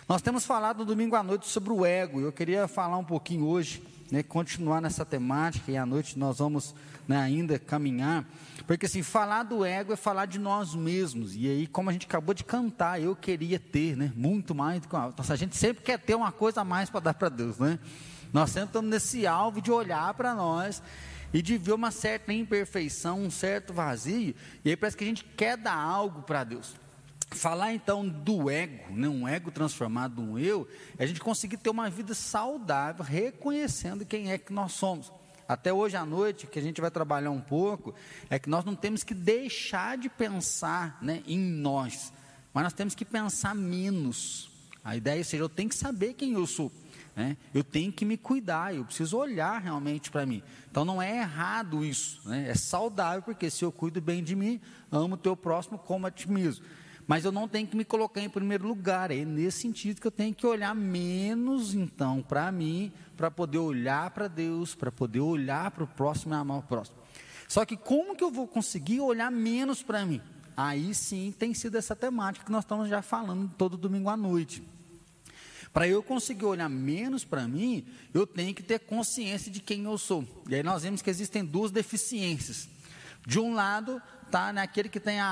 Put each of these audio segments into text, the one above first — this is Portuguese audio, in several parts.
Nós temos falado no domingo à noite sobre o ego. Eu queria falar um pouquinho hoje, continuar nessa temática, e à noite nós vamos ainda caminhar, porque assim, falar do ego é falar de nós mesmos. E aí, como a gente acabou de cantar, eu queria ter muito mais do que a gente sempre quer ter uma coisa a mais para dar para Deus, nós sempre estamos nesse alvo de olhar para nós e de ver uma certa imperfeição, um certo vazio, e aí parece que a gente quer dar algo para Deus. Falar então do ego, um ego transformado num eu, é a gente conseguir ter uma vida saudável, reconhecendo quem é que nós somos. Até hoje à noite, que a gente vai trabalhar um pouco, é que nós não temos que deixar de pensar em nós, mas nós temos que pensar menos. A ideia seja, eu tenho que saber quem eu sou, eu tenho que me cuidar, eu preciso olhar realmente para mim. Então não é errado isso, é saudável, porque se eu cuido bem de mim, amo o teu próximo como a ti mesmo. Mas eu não tenho que me colocar em primeiro lugar, é nesse sentido que eu tenho que olhar menos então para mim, para poder olhar para Deus, para poder olhar para o próximo e amar o próximo. Só que como que eu vou conseguir olhar menos para mim? Aí sim tem sido essa temática que nós estamos já falando todo domingo à noite. Para eu conseguir olhar menos para mim, eu tenho que ter consciência de quem eu sou. E aí nós vemos que existem duas deficiências. De um lado, está naquele que tem a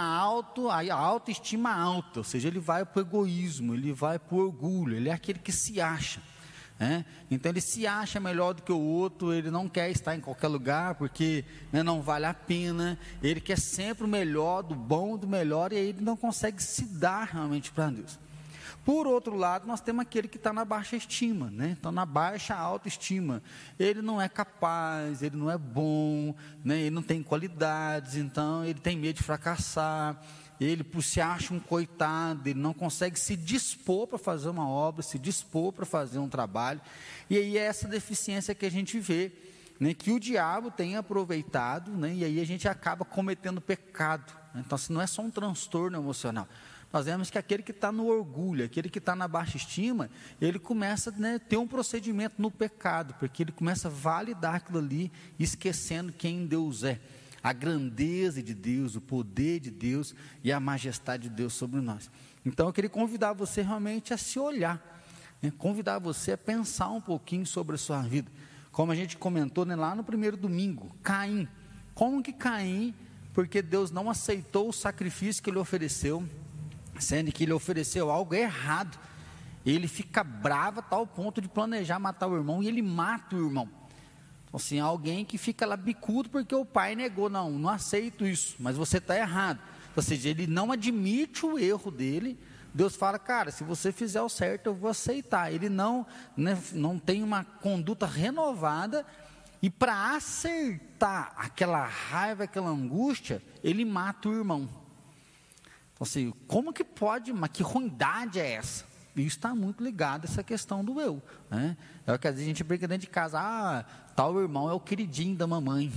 autoestima alta, ou seja, ele vai para o egoísmo, ele vai para o orgulho, ele é aquele que se acha. Então ele se acha melhor do que o outro, ele não quer estar em qualquer lugar, porque não vale a pena, ele quer sempre o melhor, do bom, do melhor, e aí ele não consegue se dar realmente para Deus. Por outro lado, nós temos aquele que está na baixa estima, então na baixa autoestima, ele não é capaz, ele não é bom, ele não tem qualidades, então ele tem medo de fracassar, ele se acha um coitado, ele não consegue se dispor para fazer uma obra, se dispor para fazer um trabalho, e aí é essa deficiência que a gente vê, que o diabo tem aproveitado, e aí a gente acaba cometendo pecado. Então assim, não é só um transtorno emocional. Nós vemos que aquele que está no orgulho, aquele que está na baixa estima, ele começa a ter um procedimento no pecado, porque ele começa a validar aquilo ali, esquecendo quem Deus é, a grandeza de Deus, o poder de Deus e a majestade de Deus sobre nós. Então eu queria convidar você realmente a se olhar, convidar você a pensar um pouquinho sobre a sua vida, como a gente comentou lá no primeiro domingo, Caim. Como que Caim, porque Deus não aceitou o sacrifício que ele ofereceu, sendo que ele ofereceu algo errado, ele fica bravo a tal ponto de planejar matar o irmão, e ele mata o irmão. Então assim, alguém que fica lá bicudo porque o pai negou, não aceito isso, mas você está errado. Ou seja, ele não admite o erro dele. Deus fala, cara, se você fizer o certo eu vou aceitar. Ele não tem uma conduta renovada, e para acertar aquela raiva, aquela angústia, ele mata o irmão. Então assim, como que pode, mas que ruindade é essa? Isso está muito ligado a essa questão do eu, É o que às vezes a gente brinca dentro de casa, tal irmão é o queridinho da mamãe,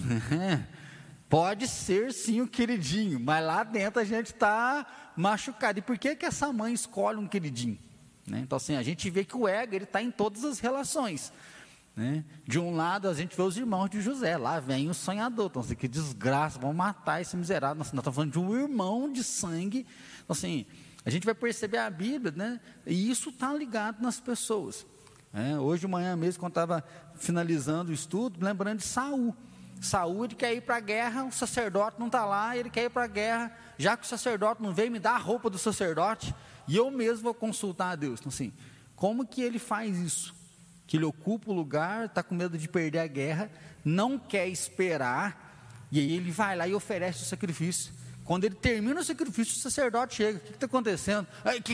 pode ser sim o queridinho, mas lá dentro a gente está machucado. E por que essa mãe escolhe um queridinho? Então assim, a gente vê que o ego está em todas as relações. De um lado a gente vê os irmãos de José, lá vem o sonhador, então assim, que desgraça, vão matar esse miserável. Nós estamos falando de um irmão de sangue. Então assim, a gente vai perceber a Bíblia, e isso está ligado nas pessoas. Hoje de manhã mesmo, quando estava finalizando o estudo, lembrando de Saul. Saul, ele quer ir para a guerra, o sacerdote não está lá, ele quer ir para a guerra, já que o sacerdote não veio me dar a roupa do sacerdote, e eu mesmo vou consultar a Deus. Então assim, como que ele faz isso? Que ele ocupa o lugar, está com medo de perder a guerra, não quer esperar, e aí ele vai lá e oferece o sacrifício. Quando ele termina o sacrifício, o sacerdote chega, o que está acontecendo?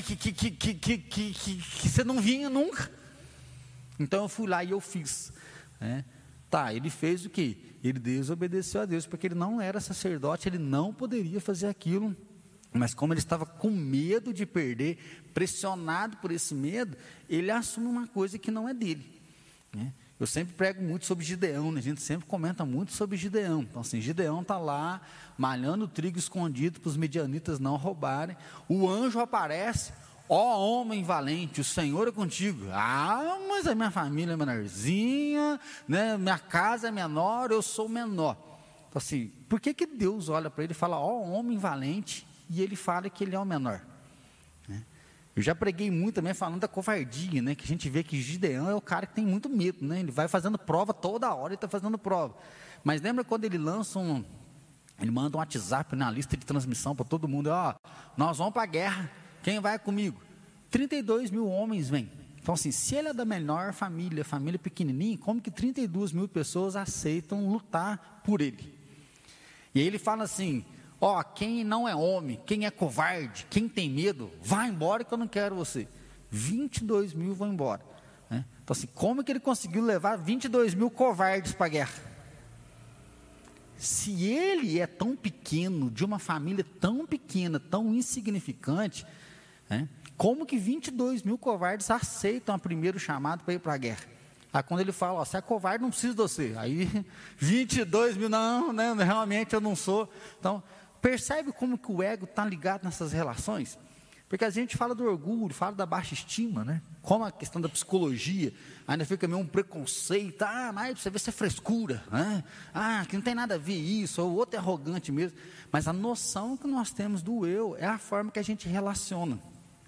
Que você não vinha nunca. Então eu fui lá e eu fiz. Ele fez o quê? Ele desobedeceu a Deus, porque ele não era sacerdote, ele não poderia fazer aquilo. Mas como ele estava com medo de perder, pressionado por esse medo, ele assume uma coisa que não é dele. Eu sempre prego muito sobre Gideão, a gente sempre comenta muito sobre Gideão. Então assim, Gideão está lá, malhando trigo escondido para os medianitas não roubarem. O anjo aparece, ó homem valente, o Senhor é contigo. Mas a minha família é menorzinha, minha casa é menor, eu sou menor. Então assim, por que Deus olha para ele e fala, ó homem valente, e ele fala que ele é o menor? Eu já preguei muito também falando da covardia, né? Que a gente vê que Gideão é o cara que tem muito medo, né? Ele vai fazendo prova toda hora, ele está fazendo prova. Mas lembra quando ele lança ele manda um WhatsApp na lista de transmissão para todo mundo, nós vamos para a guerra, quem vai comigo? 32 mil homens vêm. Então assim, se ele é da menor família pequenininha, como que 32 mil pessoas aceitam lutar por ele? E aí ele fala assim, quem não é homem, quem é covarde, quem tem medo, vai embora que eu não quero você. 22 mil vão embora, né? Então assim, como que ele conseguiu levar 22 mil covardes para a guerra? Se ele é tão pequeno, de uma família tão pequena, tão insignificante, né, como que 22 mil covardes aceitam o primeiro chamado para ir para a guerra? Aí quando ele fala, se é covarde, não preciso de você. Aí 22 mil, não, né, realmente eu não sou. Então, percebe como que o ego está ligado nessas relações? Porque a gente fala do orgulho, fala da baixa estima, né? Como a questão da psicologia, ainda fica meio um preconceito, mas você vê se é frescura, né? Que não tem nada a ver isso, ou o outro é arrogante mesmo. Mas a noção que nós temos do eu é a forma que a gente relaciona.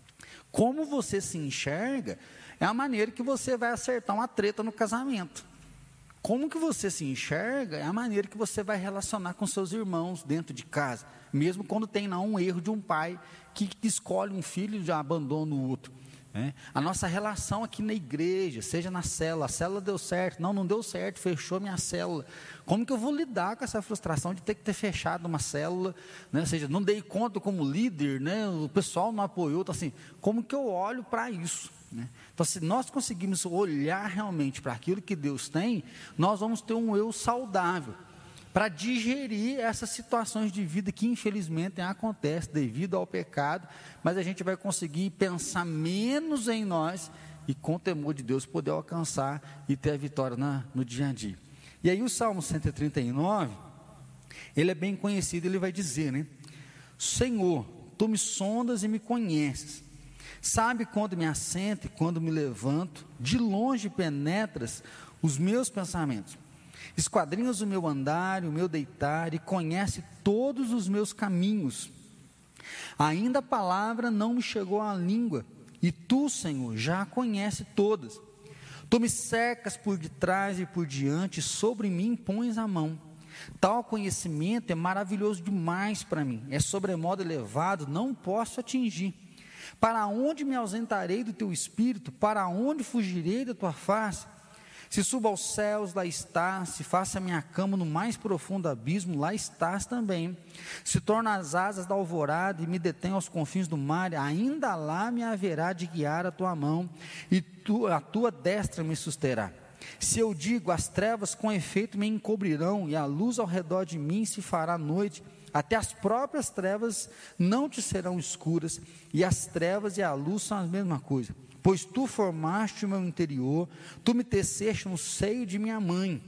Como você se enxerga é a maneira que você vai acertar uma treta no casamento. Como que você se enxerga é a maneira que você vai relacionar com seus irmãos dentro de casa. Mesmo quando tem um erro de um pai que escolhe um filho e já abandona o outro, né? A nossa relação aqui na igreja, seja na célula, a célula deu certo, não deu certo, fechou minha célula. Como que eu vou lidar com essa frustração de ter que ter fechado uma célula, né? Ou seja, não dei conta como líder, né? O pessoal não apoiou, então assim, como que eu olho para isso, né? Então se nós conseguimos olhar realmente para aquilo que Deus tem, nós vamos ter um eu saudável, para digerir essas situações de vida que infelizmente acontecem devido ao pecado, mas a gente vai conseguir pensar menos em nós e com o temor de Deus poder alcançar e ter a vitória no dia a dia. E aí o Salmo 139, ele é bem conhecido, ele vai dizer, né? Senhor, Tu me sondas e me conheces, sabe quando me assento e quando me levanto, de longe penetras os meus pensamentos. Esquadrinhas o meu andar, o meu deitar, e conhece todos os meus caminhos. Ainda a palavra não me chegou à língua, e Tu, Senhor, já a conhece todas. Tu me cercas por detrás e por diante, sobre mim pões a mão. Tal conhecimento é maravilhoso demais para mim, é sobremodo elevado, não posso atingir. Para onde me ausentarei do Teu Espírito? Para onde fugirei da Tua face? Se subo aos céus, lá estás. Se faça a minha cama no mais profundo abismo, lá estás também. Se torno as asas da alvorada e me detenho aos confins do mar, ainda lá me haverá de guiar a tua mão, e a tua destra me susterá. Se eu digo, as trevas com efeito me encobrirão, e a luz ao redor de mim se fará noite, até as próprias trevas não te serão escuras, e as trevas e a luz são a mesma coisa. Pois Tu formaste o meu interior, Tu me teceste no seio de minha mãe.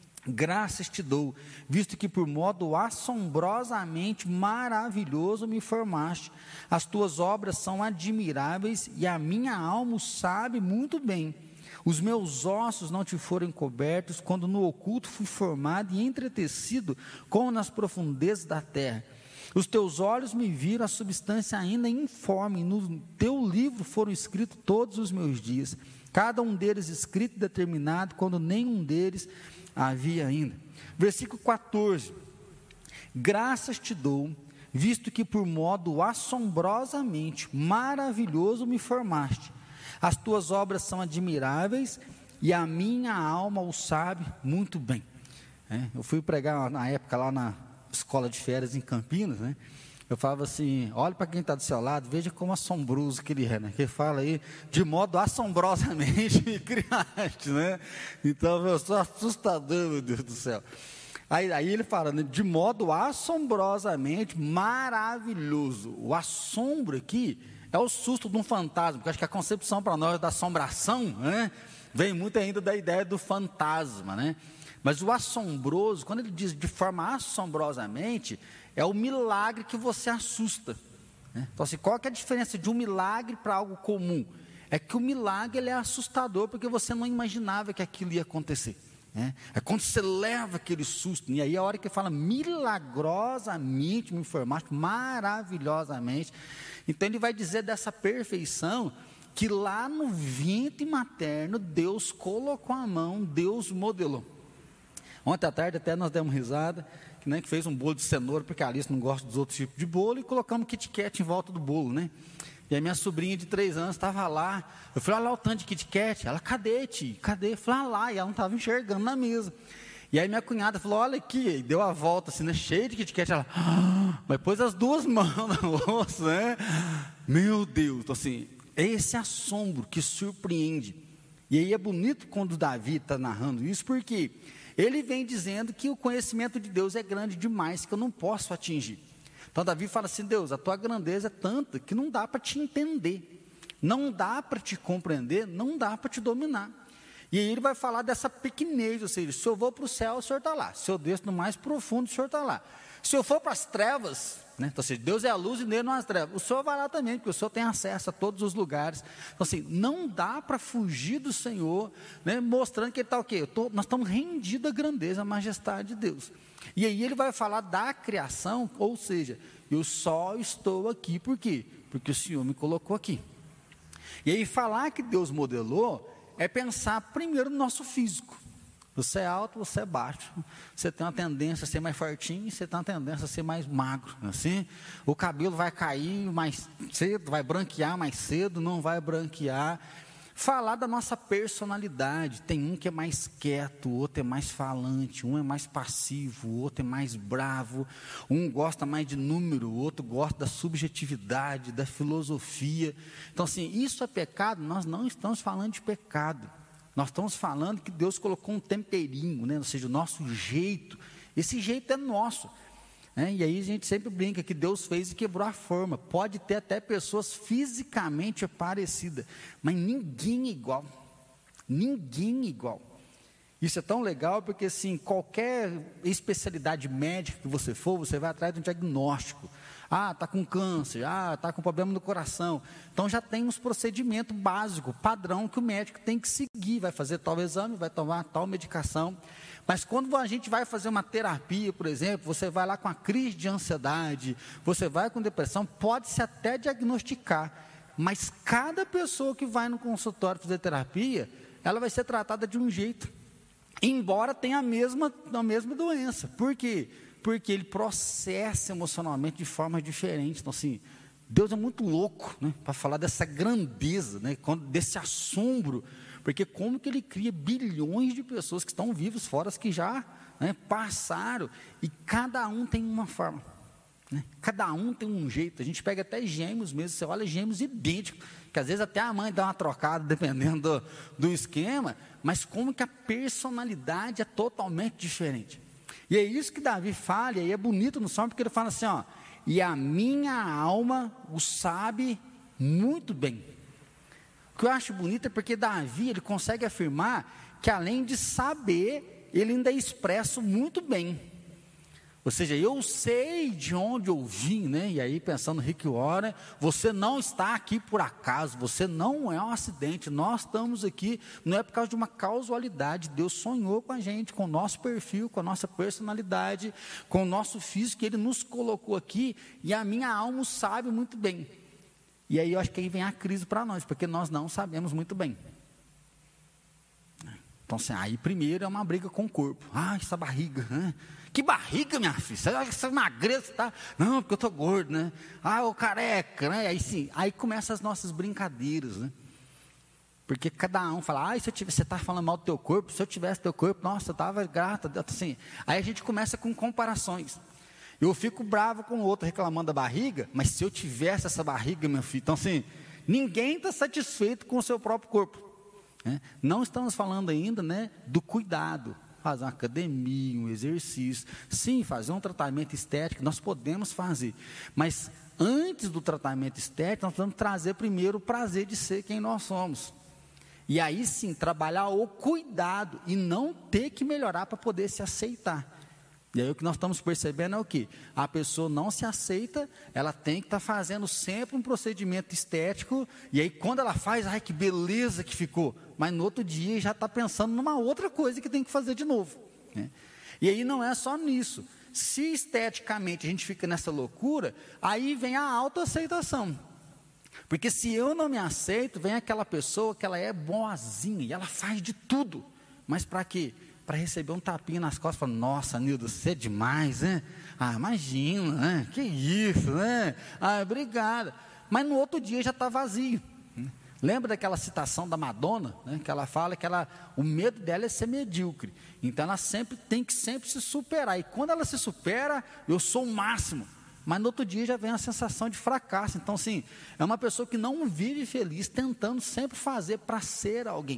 Graças Te dou, visto que por modo assombrosamente maravilhoso me formaste. As Tuas obras são admiráveis e a minha alma o sabe muito bem. Os meus ossos não Te foram encobertos, quando no oculto fui formado e entretecido, como nas profundezas da terra. Os Teus olhos me viram a substância ainda informe, no Teu livro foram escritos todos os meus dias, cada um deles escrito e determinado, quando nenhum deles havia ainda. Versículo 14, graças Te dou, visto que por modo assombrosamente maravilhoso me formaste. As Tuas obras são admiráveis e a minha alma o sabe muito bem. Eu fui pregar na época lá na escola de férias em Campinas, né? Eu falava assim, olha para quem está do seu lado, veja como assombroso que ele é, né? Que ele fala aí, de modo assombrosamente me criaste, né? Então eu sou assustador, meu Deus do céu. Aí ele fala, né, de modo assombrosamente maravilhoso. O assombro aqui é o susto de um fantasma, porque acho que a concepção para nós da assombração, né, vem muito ainda da ideia do fantasma, né? Mas o assombroso, quando ele diz de forma assombrosamente, é o milagre que você assusta, né? Então, assim, qual que é a diferença de um milagre para algo comum? É que o milagre ele é assustador, porque você não imaginava que aquilo ia acontecer, né? É quando você leva aquele susto, e aí a hora que fala milagrosamente me formaste, maravilhosamente. Então ele vai dizer dessa perfeição que lá no ventre materno Deus colocou a mão, Deus modelou. Ontem à tarde até nós demos risada, que fez um bolo de cenoura, porque a Alice não gosta dos outros tipos de bolo, e colocamos Kit Kat em volta do bolo, né? E a minha sobrinha de 3 anos estava lá, eu falei, olha lá o tanto de Kit Kat, ela, cadê, tio? Cadê? Eu falei, lá, e ela não estava enxergando na mesa. E aí minha cunhada falou, olha aqui, e deu a volta assim, né, cheia de Kit Kat, ela, mas pôs as 2 mãos na louça, né? Meu Deus, então assim, é esse assombro que surpreende. E aí é bonito quando Davi está narrando isso, porque ele vem dizendo que o conhecimento de Deus é grande demais, que eu não posso atingir. Então Davi fala assim, Deus, a tua grandeza é tanta que não dá para te entender, não dá para te compreender, não dá para te dominar. E aí ele vai falar dessa pequenez, ou seja, se eu vou para o céu, o Senhor está lá. Se eu desço no mais profundo, o Senhor está lá. Se eu for para as trevas, né? Então, assim, Deus é a luz e nele não há as trevas. O Senhor vai lá também, porque o Senhor tem acesso a todos os lugares. Então, assim, não dá para fugir do Senhor, né? Mostrando que ele está o quê? Nós estamos rendidos à grandeza, à majestade de Deus. E aí ele vai falar da criação, ou seja, eu só estou aqui, por quê? Porque o Senhor me colocou aqui. E aí falar que Deus modelou é pensar primeiro no nosso físico. Você é alto, você é baixo. Você tem uma tendência a ser mais fortinho, você tem uma tendência a ser mais magro. Assim, o cabelo vai cair mais cedo, vai branquear mais cedo, não vai branquear. Falar da nossa personalidade. Tem um que é mais quieto, o outro é mais falante, um é mais passivo, o outro é mais bravo. Um gosta mais de número, o outro gosta da subjetividade, da filosofia. Então, assim, isso é pecado? Nós não estamos falando de pecado. Nós estamos falando que Deus colocou um temperinho, né? Ou seja, o nosso jeito. Esse jeito é nosso. E aí a gente sempre brinca que Deus fez e quebrou a forma. Pode ter até pessoas fisicamente parecidas, mas ninguém é igual. Ninguém é igual. Isso é tão legal porque assim, qualquer especialidade médica que você for, você vai atrás de um diagnóstico. Está com câncer, está com problema no coração. Então já tem uns procedimentos básicos, padrão que o médico tem que seguir. Vai fazer tal exame, vai tomar tal medicação. Mas quando a gente vai fazer uma terapia, por exemplo, você vai lá com a crise de ansiedade, você vai com depressão, pode-se até diagnosticar. Mas cada pessoa que vai no consultório fazer terapia, ela vai ser tratada de um jeito. Embora tenha a mesma doença. Por quê? Porque ele processa emocionalmente de forma diferente. Então, assim, Deus é muito louco, né, para falar dessa grandeza, né, desse assombro, porque como que ele cria bilhões de pessoas que estão vivas, fora as que já, né, passaram, e cada um tem uma forma, né, cada um tem um jeito. A gente pega até gêmeos mesmo, você olha gêmeos idênticos, que às vezes até a mãe dá uma trocada, dependendo do esquema, mas como que a personalidade é totalmente diferente. E é isso que Davi fala, e aí é bonito no Salmo, porque ele fala assim, e a minha alma o sabe muito bem. O que eu acho bonito é porque Davi, ele consegue afirmar que além de saber, ele ainda expressa muito bem. Ou seja, eu sei de onde eu vim, né? E aí pensando no Rick Warren, você não está aqui por acaso, você não é um acidente, nós estamos aqui, não é por causa de uma causalidade. Deus sonhou com a gente, com o nosso perfil, com a nossa personalidade, com o nosso físico, Ele nos colocou aqui, e a minha alma o sabe muito bem. E aí eu acho que aí vem a crise para nós, porque nós não sabemos muito bem. Então assim, aí primeiro é uma briga com o corpo. Essa barriga, né? Que barriga, minha filha, você emagrece, tá? Não, porque eu estou gordo, né? O careca, né? Aí sim, aí começam as nossas brincadeiras, né? Porque cada um fala, se você está falando mal do teu corpo, se eu tivesse teu corpo, nossa, eu estava grata, assim. Aí a gente começa com comparações. Eu fico bravo com o outro reclamando da barriga, mas se eu tivesse essa barriga, meu filho, então assim, ninguém está satisfeito com o seu próprio corpo, né? Não estamos falando ainda, né, do cuidado. Fazer uma academia, um exercício, sim, fazer um tratamento estético, nós podemos fazer, mas antes do tratamento estético, nós vamos trazer primeiro o prazer de ser quem nós somos, e aí sim, trabalhar o cuidado, e não ter que melhorar para poder se aceitar. E aí o que nós estamos percebendo é o quê? A pessoa não se aceita, ela tem que estar fazendo sempre um procedimento estético, e aí quando ela faz, que beleza que ficou, mas no outro dia já está pensando numa outra coisa que tem que fazer de novo, né? E aí não é só nisso, se esteticamente a gente fica nessa loucura, aí vem a autoaceitação. Porque se eu não me aceito, vem aquela pessoa que ela é boazinha e ela faz de tudo. Mas para quê? Para receber um tapinha nas costas, falando, nossa, Nildo, você é demais, né? Ah, imagina, né? Que isso, né? Ah, obrigada. Mas no outro dia já está vazio. Lembra daquela citação da Madonna, né? Que ela fala que o medo dela é ser medíocre. Então ela tem que sempre se superar. E quando ela se supera, eu sou o máximo. Mas no outro dia já vem a sensação de fracasso. Então, assim, é uma pessoa que não vive feliz, tentando sempre fazer para ser alguém.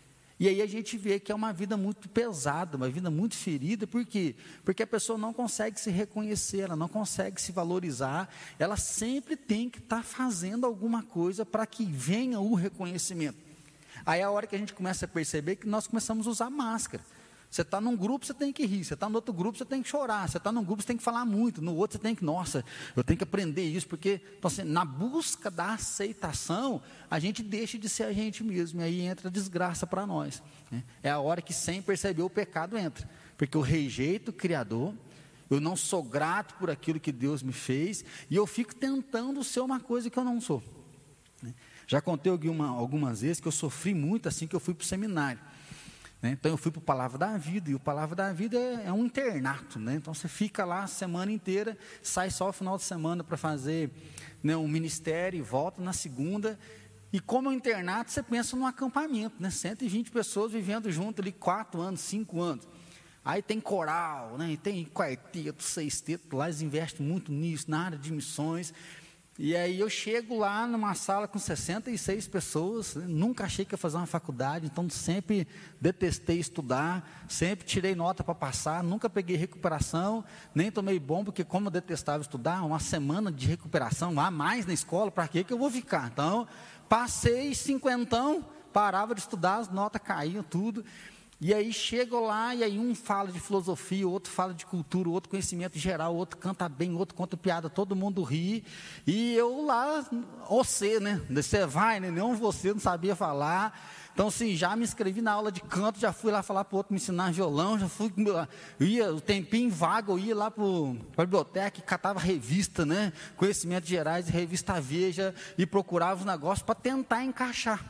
E aí a gente vê que é uma vida muito pesada, uma vida muito ferida. Por quê? Porque a pessoa não consegue se reconhecer, ela não consegue se valorizar. Ela sempre tem que estar fazendo alguma coisa para que venha o reconhecimento. Aí é a hora que a gente começa a perceber que nós começamos a usar máscara. Você está num grupo, você tem que rir. Você está no outro grupo, você tem que chorar. Você está num grupo, você tem que falar muito. No outro, você tem que, nossa, eu tenho que aprender isso. Porque, então, assim, na busca da aceitação, a gente deixa de ser a gente mesmo. E aí entra a desgraça para nós, né? É a hora que, sem perceber, o pecado entra. Porque eu rejeito o Criador, eu não sou grato por aquilo que Deus me fez, e eu fico tentando ser uma coisa que eu não sou, né? Já contei algumas vezes que eu sofri muito assim que eu fui para o seminário. Então eu fui para o Palavra da Vida, e o Palavra da Vida é um internato, né? Então você fica lá a semana inteira, sai só o final de semana para fazer, né, um ministério e volta na segunda. E como é um internato, você pensa num acampamento, né? 120 pessoas vivendo junto ali 4 anos, 5 anos. Aí tem coral, né? E tem quarteto, sexteto, lá eles investem muito nisso, na área de missões. E aí eu chego lá numa sala com 66 pessoas, né? Nunca achei que ia fazer uma faculdade, então sempre detestei estudar, sempre tirei nota para passar, nunca peguei recuperação, nem tomei bom, porque como eu detestava estudar, uma semana de recuperação, a mais na escola, para que eu vou ficar? Então, passei 50, parava de estudar, as notas caíam, tudo. E aí chego lá, e aí um fala de filosofia, o outro fala de cultura, o outro conhecimento geral, o outro canta bem, o outro conta piada, todo mundo ri, e eu lá, você, né, você vai, né, nem você não sabia falar. Então, assim, já me inscrevi na aula de canto, já fui lá falar para o outro me ensinar violão, já fui, ia o tempinho vago, eu ia lá para a biblioteca e catava revista, né, conhecimentos gerais, revista Veja, e procurava os negócios para tentar encaixar.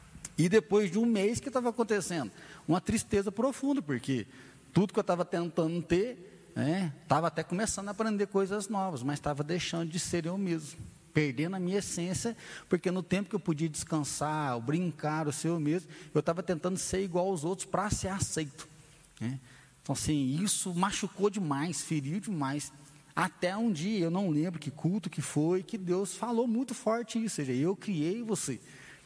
E depois de um mês, o que estava acontecendo? Uma tristeza profunda, porque tudo que eu estava tentando ter, estava até começando a aprender coisas novas, mas estava deixando de ser eu mesmo, perdendo a minha essência, porque no tempo que eu podia descansar, brincar, ser eu mesmo, eu estava tentando ser igual aos outros para ser aceito, né? Então, assim, isso machucou demais, feriu demais. Até um dia, eu não lembro que culto que foi, que Deus falou muito forte isso, ou seja, eu criei você.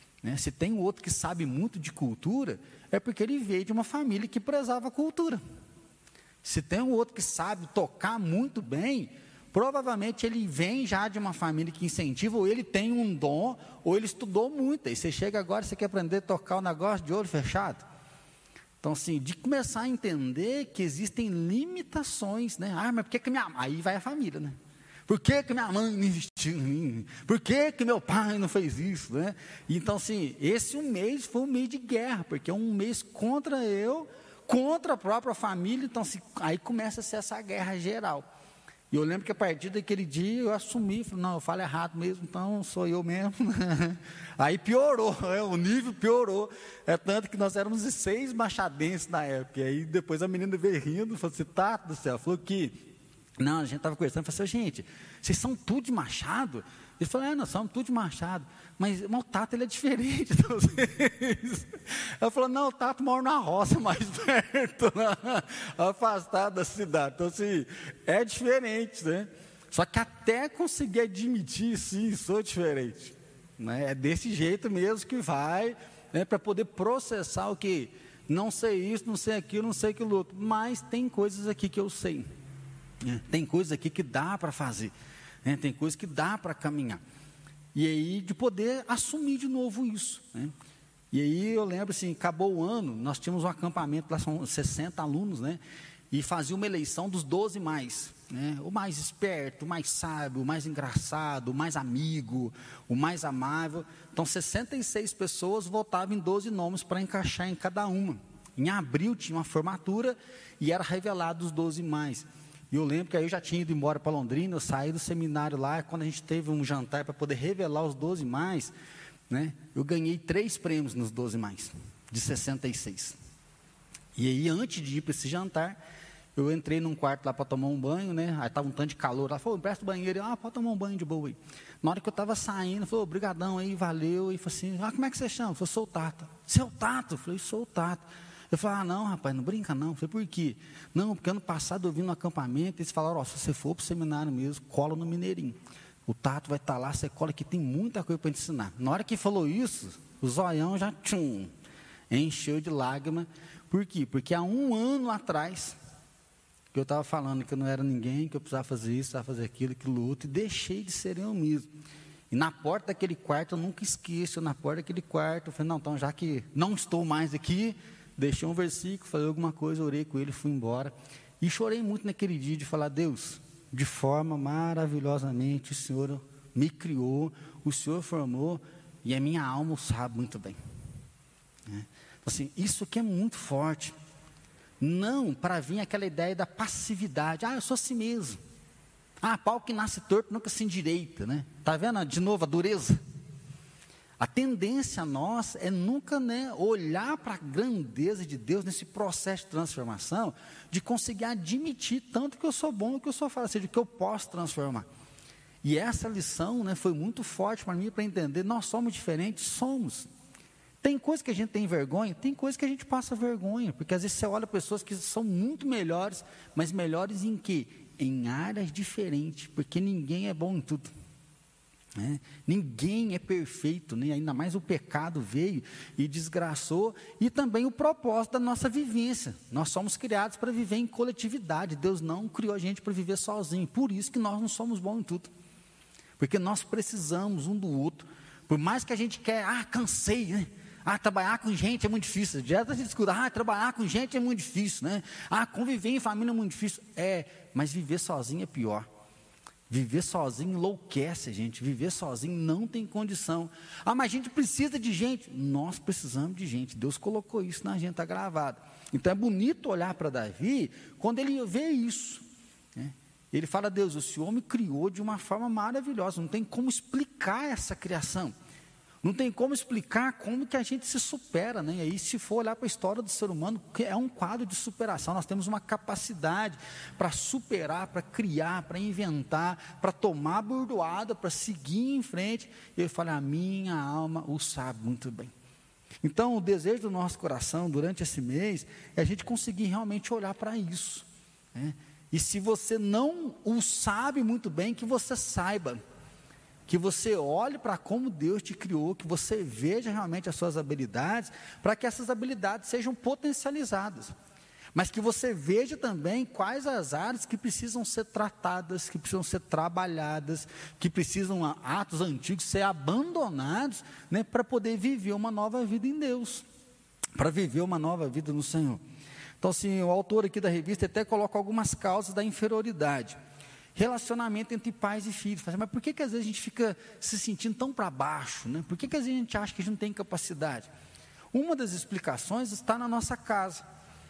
Se tem um outro que sabe muito de cultura, é porque ele veio de uma família que prezava a cultura. Se tem um outro que sabe tocar muito bem, provavelmente ele vem já de uma família que incentiva, ou ele tem um dom, ou ele estudou muito. Aí você chega agora, você quer aprender a tocar o negócio de olho fechado. Então, assim, de começar a entender que existem limitações, né? Ah, mas por que minha... Aí vai a família, né? Por que minha mãe não investiu em mim? Por que meu pai não fez isso, né? Então, assim, esse um mês foi um mês de guerra, porque é um mês contra eu, contra a própria família. Então, assim, aí começa a ser essa guerra geral. E eu lembro que a partir daquele dia eu assumi, falei, não, eu falo errado mesmo, então sou eu mesmo. Aí piorou, o nível piorou. É tanto que nós éramos 6 machadenses na época. E aí depois a menina veio rindo, falou assim, tá do céu, falou que... Não, a gente estava conversando, falou assim, gente, vocês são tudo de Machado? Ele falou, nós somos tudo de Machado, mas o Tato, ele é diferente de vocês. Ela falou, não, o Tato mora na roça, mais perto, afastado da cidade. Então, assim, é diferente, né? Só que até conseguir admitir, sim, sou diferente, né? É desse jeito mesmo que vai, né, para poder processar o que? Não sei isso, não sei aquilo, não sei aquilo outro, mas tem coisas aqui que eu sei. Tem coisas aqui que dá para fazer, né? Tem coisas que dá para caminhar. E aí de poder assumir de novo isso, né? E aí eu lembro assim, acabou o ano, nós tínhamos um acampamento, lá são 60 alunos, né? E fazia uma eleição dos 12 mais, né? O mais esperto, o mais sábio, o mais engraçado, o mais amigo, o mais amável. Então 66 pessoas votavam em 12 nomes para encaixar em cada uma. Em abril tinha uma formatura e era revelado os 12 mais. E eu lembro que aí eu já tinha ido embora para Londrina, eu saí do seminário lá, quando a gente teve um jantar para poder revelar os 12 mais, né, eu ganhei 3 prêmios nos 12 mais, de 66. E aí, antes de ir para esse jantar, eu entrei num quarto lá para tomar um banho, né, aí estava um tanto de calor, ela falou, empresta o banheiro, pode tomar um banho de boa aí. Na hora que eu estava saindo, falou, obrigadão aí, valeu, e falou assim, como é que você chama? Eu falei, sou o Tato. Você é o Tato? Eu falei, sou o Tato. Eu falei, não, rapaz, não brinca não. Eu falei, por quê? Não, porque ano passado eu vim no acampamento, eles falaram, se você for para o seminário mesmo, cola no Mineirinho. O Tato vai estar lá, você cola que tem muita coisa para te ensinar. Na hora que falou isso, o zoião já encheu de lágrima. Por quê? Porque há 1 ano atrás, que eu estava falando que eu não era ninguém, que eu precisava fazer isso, precisava fazer aquilo outro, e deixei de ser eu mesmo. E na porta daquele quarto, eu nunca esqueço, na porta daquele quarto, eu falei, não, então já que não estou mais aqui, deixei um versículo, falei alguma coisa, orei com ele, fui embora. E chorei muito naquele dia de falar, Deus, de forma maravilhosamente, o Senhor me criou, o Senhor formou, e a minha alma o sabe muito bem. Assim, isso aqui é muito forte. Não para vir aquela ideia da passividade, eu sou assim mesmo. Pau que nasce torto nunca se endireita, né? Está vendo de novo a dureza? A tendência nossa é nunca, né, olhar para a grandeza de Deus nesse processo de transformação, de conseguir admitir tanto que eu sou bom, que eu sou fácil, ou seja, que eu posso transformar. E essa lição, né, foi muito forte para mim, para entender, nós somos diferentes, somos. Tem coisa que a gente tem vergonha, tem coisa que a gente passa vergonha, porque às vezes você olha pessoas que são muito melhores, mas melhores em quê? Em áreas diferentes, porque ninguém é bom em tudo. Ninguém é perfeito, né? Ainda mais o pecado veio e desgraçou, e também o propósito da nossa vivência. Nós somos criados para viver em coletividade. Deus não criou a gente para viver sozinho, por isso que nós não somos bons em tudo, porque nós precisamos um do outro. Por mais que a gente quer, cansei, né? Trabalhar com gente é muito difícil. Direto a gente escuta, trabalhar com gente é muito difícil, né? Conviver em família é muito difícil. Mas viver sozinho é pior. Viver sozinho enlouquece a gente. Viver sozinho não tem condição. Mas a gente precisa de gente. Nós precisamos de gente. Deus colocou isso na gente, está gravado. Então é bonito olhar para Davi quando ele vê isso, né? Ele fala, Deus, o Senhor me criou de uma forma maravilhosa. Não tem como explicar essa criação. Não tem como explicar como que a gente se supera, né? E aí, se for olhar para a história do ser humano, que é um quadro de superação, nós temos uma capacidade para superar, para criar, para inventar, para tomar bordoada, para seguir em frente. E ele fala, a minha alma o sabe muito bem. Então, o desejo do nosso coração, durante esse mês, é a gente conseguir realmente olhar para isso, né? E se você não o sabe muito bem, que você saiba, que você olhe para como Deus te criou, que você veja realmente as suas habilidades, para que essas habilidades sejam potencializadas, mas que você veja também quais as áreas que precisam ser tratadas, que precisam ser trabalhadas, que precisam, atos antigos, ser abandonados, né, para poder viver uma nova vida em Deus, para viver uma nova vida no Senhor. Então, assim, o autor aqui da revista até coloca algumas causas da inferioridade. Relacionamento entre pais e filhos. Mas por que às vezes a gente fica se sentindo tão para baixo, né? Por que às vezes a gente acha que a gente não tem capacidade? Uma das explicações está na nossa casa.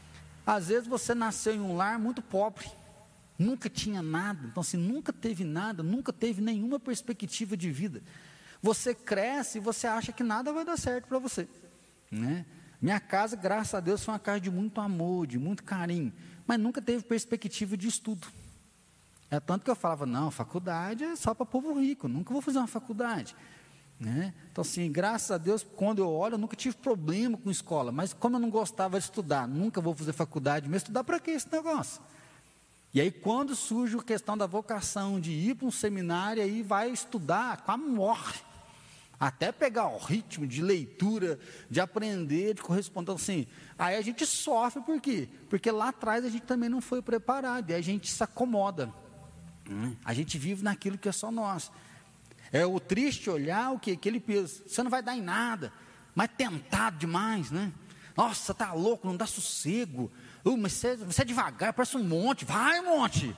Às vezes você nasceu em um lar muito pobre, nunca tinha nada, então assim, nunca teve nada, nunca teve nenhuma perspectiva de vida. Você cresce e você acha que nada vai dar certo para você, né? Minha casa, graças a Deus, foi uma casa de muito amor, de muito carinho, mas nunca teve perspectiva de estudo. É tanto que eu falava, não, faculdade é só para povo rico, nunca vou fazer uma faculdade, né? Então assim, graças a Deus, quando eu olho, eu nunca tive problema com escola, mas como eu não gostava de estudar, nunca vou fazer faculdade, mas estudar para que esse negócio? E aí quando surge a questão da vocação, de ir para um seminário, aí vai estudar, quase morre, até pegar o ritmo de leitura, de aprender, de corresponder, assim, aí a gente sofre, por quê? Porque lá atrás a gente também não foi preparado, e a gente se acomoda, a gente vive naquilo que é só nós. É o triste olhar o que? Aquele peso, você não vai dar em nada, mas tentado demais, né? Nossa, tá louco, não dá sossego, mas você é devagar, parece um monte, vai monte.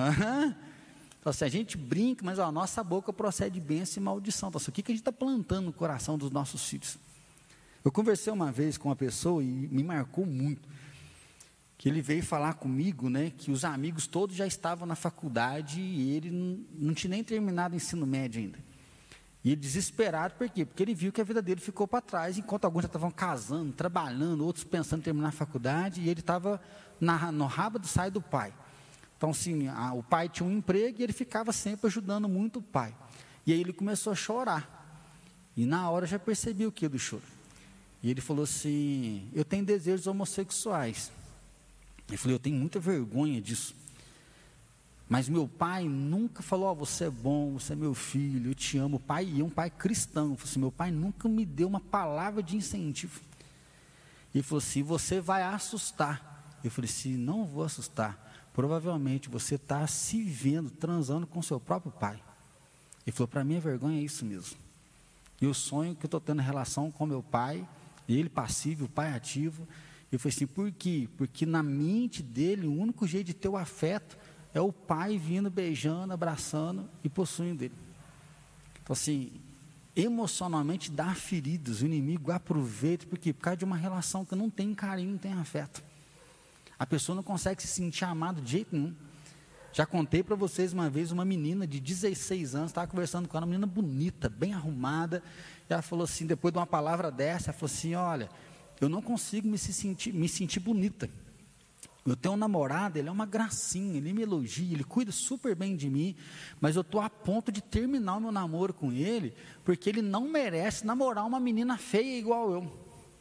Então, assim, a gente brinca, mas a nossa boca procede bênção e maldição. Então, assim, o que a gente está plantando no coração dos nossos filhos? Eu conversei uma vez com uma pessoa e me marcou muito, que ele veio falar comigo, né, que os amigos todos já estavam na faculdade e ele não tinha nem terminado o ensino médio ainda. E ele desesperado, por quê? Porque ele viu que a vida dele ficou para trás, enquanto alguns já estavam casando, trabalhando, outros pensando em terminar a faculdade, e ele estava no rabo do saio do pai. Então, assim, o pai tinha um emprego e ele ficava sempre ajudando muito o pai. E aí ele começou a chorar. E na hora eu já percebi o que do choro. E ele falou assim: eu tenho desejos homossexuais. Ele falou: eu tenho muita vergonha disso. Mas meu pai nunca falou: oh, você é bom, você é meu filho, eu te amo. O pai é um pai cristão. Ele falou assim: meu pai nunca me deu uma palavra de incentivo. Ele falou assim: você vai assustar. Eu falei assim: não vou assustar. Provavelmente você está se vendo, transando com seu próprio pai. Ele falou: para mim a vergonha é isso mesmo. E o sonho que eu estou tendo relação com meu pai, ele passivo, o pai ativo. Eu falei assim: por quê? Porque na mente dele, o único jeito de ter o afeto é o pai vindo, beijando, abraçando e possuindo ele. Então assim, emocionalmente dá feridas, o inimigo aproveita, porque por causa de uma relação que não tem carinho, não tem afeto. A pessoa não consegue se sentir amada de jeito nenhum. Já contei para vocês uma vez, uma menina de 16 anos, estava conversando com ela, uma menina bonita, bem arrumada, e ela falou assim, depois de uma palavra dessa, ela falou assim: olha, eu não consigo me sentir bonita. Eu tenho um namorado, ele é uma gracinha, ele me elogia, ele cuida super bem de mim, mas eu estou a ponto de terminar o meu namoro com ele, porque ele não merece namorar uma menina feia igual eu.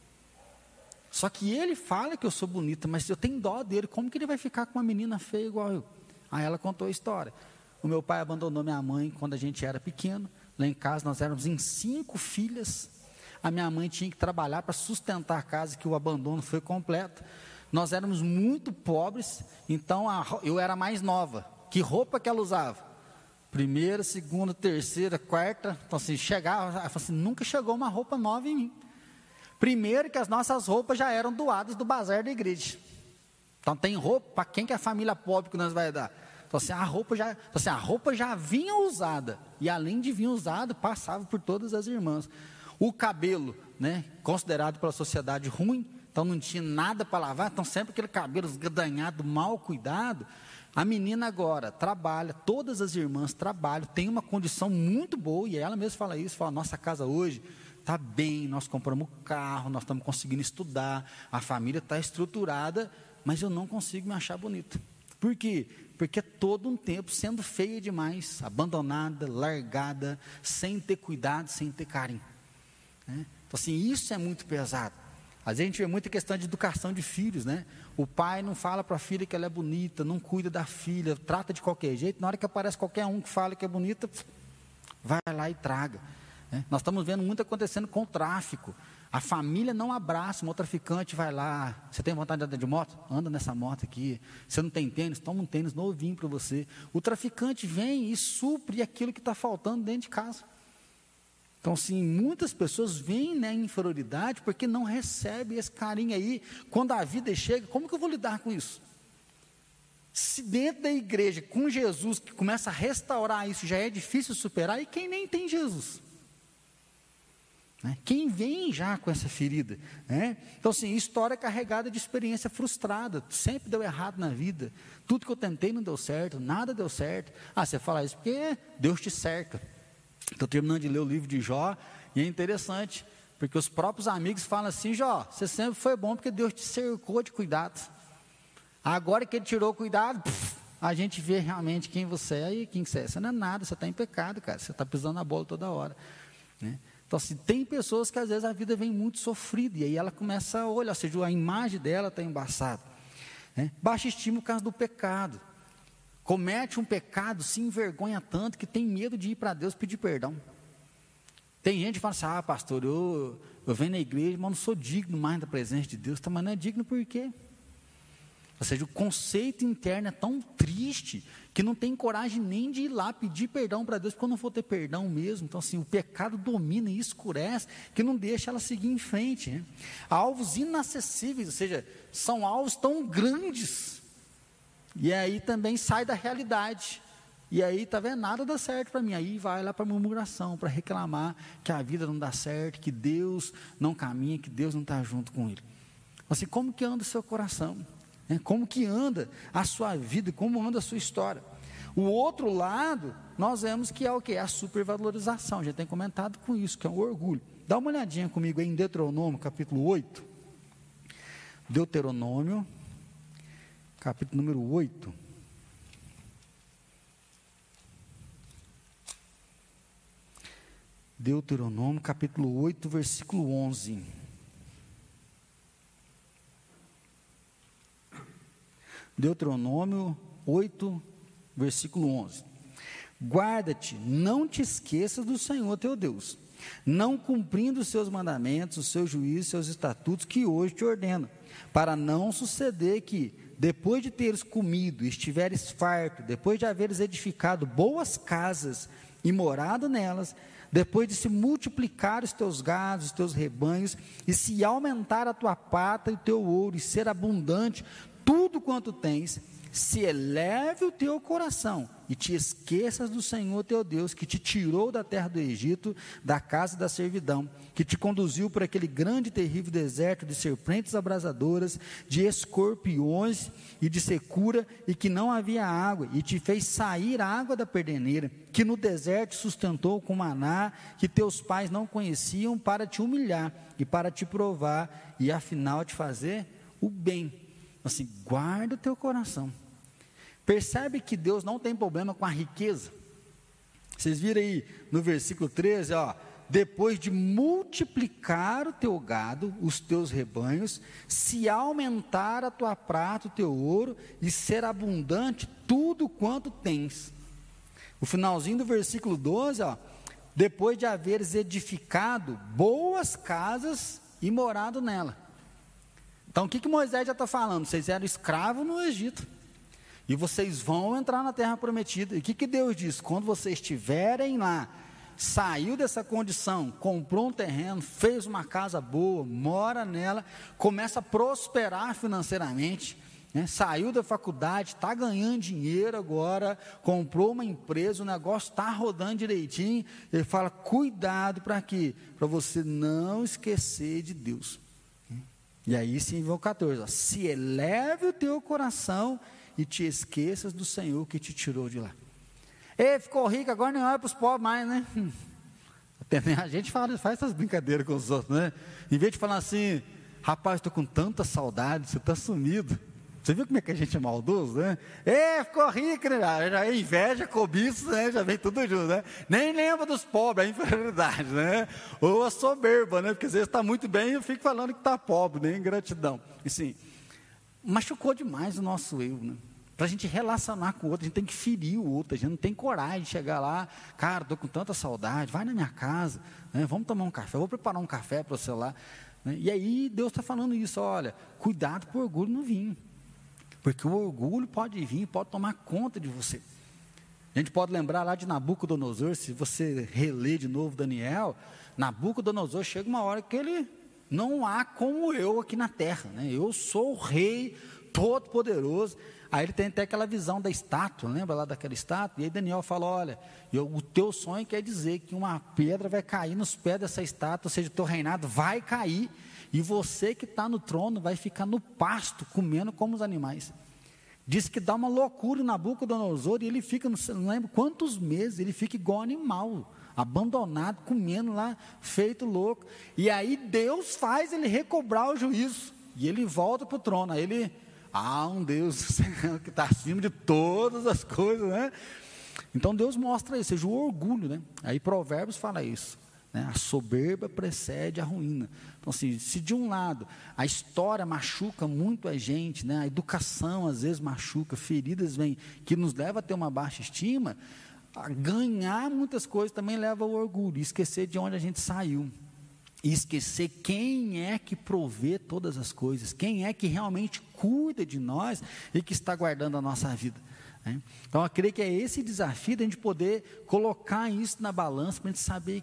Só que ele fala que eu sou bonita, mas eu tenho dó dele, como que ele vai ficar com uma menina feia igual eu? Aí ela contou a história. O meu pai abandonou minha mãe quando a gente era pequeno. Lá em casa nós éramos em 5 filhas. A minha mãe tinha que trabalhar para sustentar a casa, que o abandono foi completo. Nós éramos muito pobres, então eu era mais nova. Que roupa que ela usava? Primeira, segunda, terceira, quarta. Então assim, chegava, ela falou assim: nunca chegou uma roupa nova em mim. Primeiro que as nossas roupas já eram doadas do bazar da igreja. Então tem roupa para quem que é a família pobre que nós vai dar. Então assim, a roupa já vinha usada. E além de vir usada, passava por todas as irmãs. O cabelo, né, considerado pela sociedade ruim, então não tinha nada para lavar, então sempre aquele cabelo esgadanhado, mal cuidado. A menina agora trabalha, todas as irmãs trabalham, tem uma condição muito boa, e ela mesma fala isso, fala: nossa casa hoje está bem, nós compramos carro, nós estamos conseguindo estudar, a família está estruturada, mas eu não consigo me achar bonita. Por quê? Porque é todo um tempo sendo feia demais, abandonada, largada, sem ter cuidado, sem ter carinho. Né? Então assim, isso é muito pesado. Às vezes a gente vê muita questão de educação de filhos, né? O pai não fala para a filha que ela é bonita, não cuida da filha, trata de qualquer jeito. Na hora que aparece qualquer um que fala que é bonita, vai lá e traga. Né? Nós estamos vendo muito acontecendo com o tráfico. A família não abraça, um traficante vai lá: você tem vontade de andar de moto? Anda nessa moto aqui. Você não tem tênis? Toma um tênis novinho para você. O traficante vem e supre aquilo que está faltando dentro de casa. Então, sim, muitas pessoas veem na inferioridade porque não recebem esse carinho aí. Quando a vida chega, como que eu vou lidar com isso? Se dentro da igreja, com Jesus, que começa a restaurar isso, já é difícil superar, e quem nem tem Jesus? Né? Quem vem já com essa ferida? Né? Então, assim, história carregada de experiência frustrada, sempre deu errado na vida. Tudo que eu tentei não deu certo, nada deu certo. Ah, você fala isso porque Deus te cerca. Estou terminando de ler o livro de Jó, e é interessante, porque os próprios amigos falam assim: Jó, você sempre foi bom porque Deus te cercou de cuidado. Agora que Ele tirou o cuidado, a gente vê realmente quem você é. E quem você é? Você não é nada, você está em pecado, cara. Você está pisando na bola toda hora. Né? Então, assim, tem pessoas que às vezes a vida vem muito sofrida, e aí ela começa a olhar, ou seja, a imagem dela está embaçada. Né? Baixa estima por causa do pecado. Comete um pecado, se envergonha tanto que tem medo de ir para Deus pedir perdão. Tem gente que fala assim: ah, pastor, eu venho na igreja, mas não sou digno mais da presença de Deus. Mas não é digno por quê? Ou seja, o conceito interno é tão triste que não tem coragem nem de ir lá pedir perdão para Deus, porque eu não vou ter perdão mesmo. Então assim, o pecado domina e escurece, que não deixa ela seguir em frente. Né? Alvos inacessíveis, ou seja, são alvos tão grandes, e aí também sai da realidade. E aí, tá vendo, nada dá certo para mim. Aí vai lá para a murmuração, para reclamar que a vida não dá certo, que Deus não caminha, que Deus não está junto com ele. Assim, como que anda o seu coração? né? Como que anda a sua vida, como anda a sua história. O outro lado, nós vemos que é o que? A supervalorização, a gente tem comentado com isso, que é o orgulho. Dá uma olhadinha comigo aí em Deuteronômio, capítulo 8. Deuteronômio, capítulo número 8. Deuteronômio, capítulo 8, versículo 11. Deuteronômio 8, versículo 11. Guarda-te, não te esqueças do Senhor teu Deus, não cumprindo os seus mandamentos, os seus juízos, os seus estatutos que hoje te ordeno, para não suceder que, depois de teres comido e estiveres farto, depois de haveres edificado boas casas e morado nelas, depois de se multiplicar os teus gados, os teus rebanhos, e se aumentar a tua prata e o teu ouro, e ser abundante tudo quanto tens, se eleve o teu coração, e te esqueças do Senhor teu Deus, que te tirou da terra do Egito, da casa da servidão, que te conduziu por aquele grande e terrível deserto de serpentes abrasadoras, de escorpiões e de secura, e que não havia água, e te fez sair a água da perdeneira, que no deserto sustentou com maná, que teus pais não conheciam, para te humilhar, e para te provar, e afinal te fazer o bem. Assim, guarda o teu coração. Percebe que Deus não tem problema com a riqueza. Vocês viram aí no versículo 13, ó, depois de multiplicar o teu gado, os teus rebanhos, se aumentar a tua prata, o teu ouro, e ser abundante tudo quanto tens. O finalzinho do versículo 12, ó, depois de haveres edificado boas casas e morado nela. Então o que Moisés já está falando? Vocês eram escravos no Egito, e vocês vão entrar na terra prometida. E o que Deus diz? Quando vocês estiverem lá, saiu dessa condição, comprou um terreno, fez uma casa boa, mora nela, começa a prosperar financeiramente, né? Saiu da faculdade, está ganhando dinheiro agora, comprou uma empresa, o negócio está rodando direitinho. Ele fala, cuidado para quê? Para você não esquecer de Deus. E aí sim vem o 14, ó, se eleve o teu coração e te esqueças do Senhor que te tirou de lá. Ei, ficou rico, agora nem olha para os pobres mais, né? A gente faz essas brincadeiras com os outros, né? Em vez de falar assim, rapaz, estou com tanta saudade, você está sumido. Você viu como é que a gente é maldoso, né? Ei, ficou rico, né? Já é inveja, cobiça, né? Já vem tudo junto, né? Nem lembra dos pobres, a inferioridade, né? Ou a soberba, né? Porque às vezes está muito bem e eu fico falando que está pobre, né? Ingratidão. E sim, machucou demais o nosso eu, né? Para a gente relacionar com o outro, a gente tem que ferir o outro, a gente não tem coragem de chegar lá, cara, estou com tanta saudade, vai na minha casa, né? Vamos tomar um café, eu vou preparar um café para você lá, né? E aí Deus está falando isso, olha, cuidado para o orgulho não vir, porque o orgulho pode vir, pode tomar conta de você. A gente pode lembrar lá de Nabucodonosor, se você reler de novo Daniel, Nabucodonosor chega uma hora que ele, não há como eu aqui na terra, né? Eu sou o rei todo-poderoso. Aí ele tem até aquela visão da estátua, lembra lá daquela estátua? E aí Daniel fala, olha, o teu sonho quer dizer que uma pedra vai cair nos pés dessa estátua, ou seja, o teu reinado vai cair, e você que está no trono vai ficar no pasto, comendo como os animais. Diz que dá uma loucura em Nabucodonosor, e ele fica, não lembro quantos meses, ele fica igual animal, abandonado, comendo lá, feito louco. E aí Deus faz ele recobrar o juízo, e ele volta para o trono. Aí ele, um Deus que está acima de todas as coisas, né? Então Deus mostra isso, seja o orgulho, né? Aí Provérbios fala isso, né? A soberba precede a ruína. Então assim, se de um lado a história machuca muito a gente, né? A educação às vezes machuca, feridas vêm que nos leva a ter uma baixa estima, a ganhar muitas coisas também leva ao orgulho, esquecer de onde a gente saiu, e esquecer quem é que provê todas as coisas, quem é que realmente cuida de nós e que está guardando a nossa vida, né? Então eu creio que é esse desafio de a gente poder colocar isso na balança, para a gente saber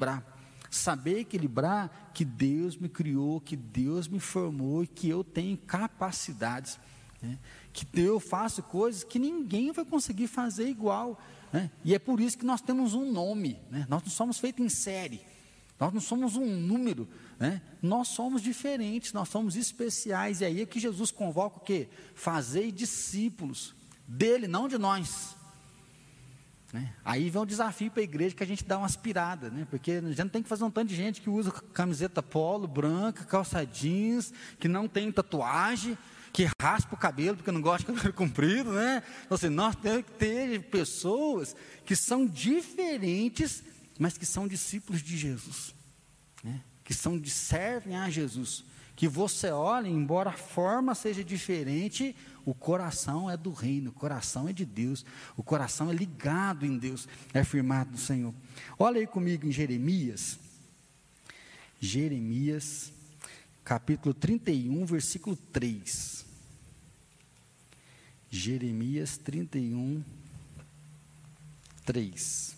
equilibrar que Deus me criou, que Deus me formou e que eu tenho capacidades, né? Que eu faço coisas que ninguém vai conseguir fazer igual, né? E é por isso que nós temos um nome, né? Nós não somos feitos em série. Nós não somos um número, né? Nós somos diferentes, nós somos especiais. E aí é que Jesus convoca o quê? Fazei discípulos dele, não de nós. Né? Aí vem um desafio para a igreja que a gente dá uma aspirada, né? Porque a gente não tem que fazer um tanto de gente que usa camiseta polo, branca, calça jeans, que não tem tatuagem, que raspa o cabelo porque não gosta de cabelo comprido, né? Então, assim, nós temos que ter pessoas que são diferentes, mas que são discípulos de Jesus, né? Que servem a Jesus, que você olha, embora a forma seja diferente, o coração é do reino, o coração é de Deus, o coração é ligado em Deus, é firmado no Senhor. Olha aí comigo em Jeremias, capítulo 31, versículo 3. Jeremias 31, 3.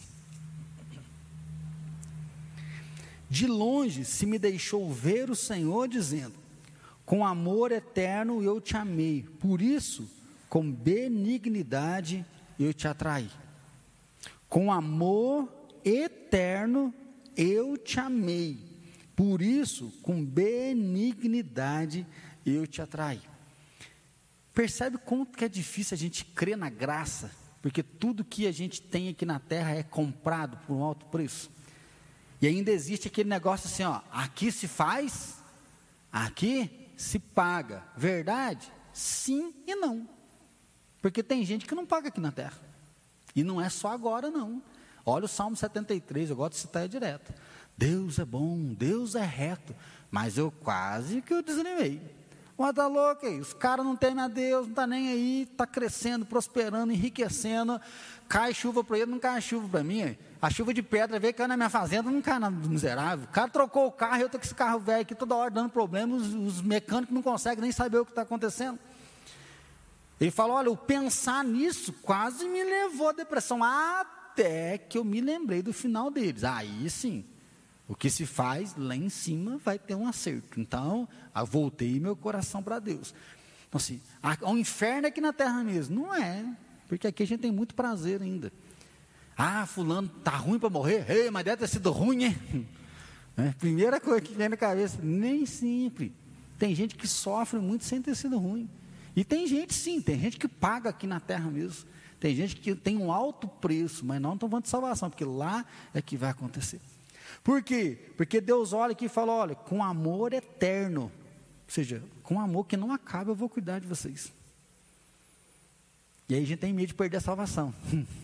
De longe se me deixou ver o Senhor dizendo: com amor eterno eu te amei, por isso com benignidade eu te atraí. Com amor eterno eu te amei, por isso com benignidade eu te atraí. Percebe como que é difícil a gente crer na graça, porque tudo que a gente tem aqui na terra é comprado por um alto preço. E ainda existe aquele negócio assim, ó, aqui se faz, aqui se paga. Verdade? Sim e não. Porque tem gente que não paga aqui na terra. E não é só agora não. Olha o Salmo 73, eu gosto de citar direto. Deus é bom, Deus é reto, mas eu quase que eu desanimei. Mas tá louco aí, os caras não temem a Deus, não está nem aí, está crescendo, prosperando, enriquecendo, cai chuva para ele, não cai chuva para mim. A chuva de pedra veio caindo na minha fazenda, não cai na miserável. O cara trocou o carro, eu estou com esse carro velho aqui toda hora dando problema, os mecânicos não conseguem nem saber o que está acontecendo. Ele falou, olha, o pensar nisso quase me levou à depressão, até que eu me lembrei do final deles. Aí sim, o que se faz lá em cima vai ter um acerto. Então, eu voltei meu coração para Deus. Então assim, o inferno é aqui na terra mesmo. Não é, porque aqui a gente tem muito prazer ainda. Fulano está ruim para morrer? Ei, mas deve ter sido ruim, hein? Primeira coisa que vem na cabeça, nem sempre. Tem gente que sofre muito sem ter sido ruim. E tem gente sim, tem gente que paga aqui na terra mesmo. Tem gente que tem um alto preço, mas não estão falando de salvação, porque lá é que vai acontecer. Por quê? Porque Deus olha aqui e fala, olha, com amor eterno, ou seja, com amor que não acaba, eu vou cuidar de vocês. E aí a gente tem medo de perder a salvação.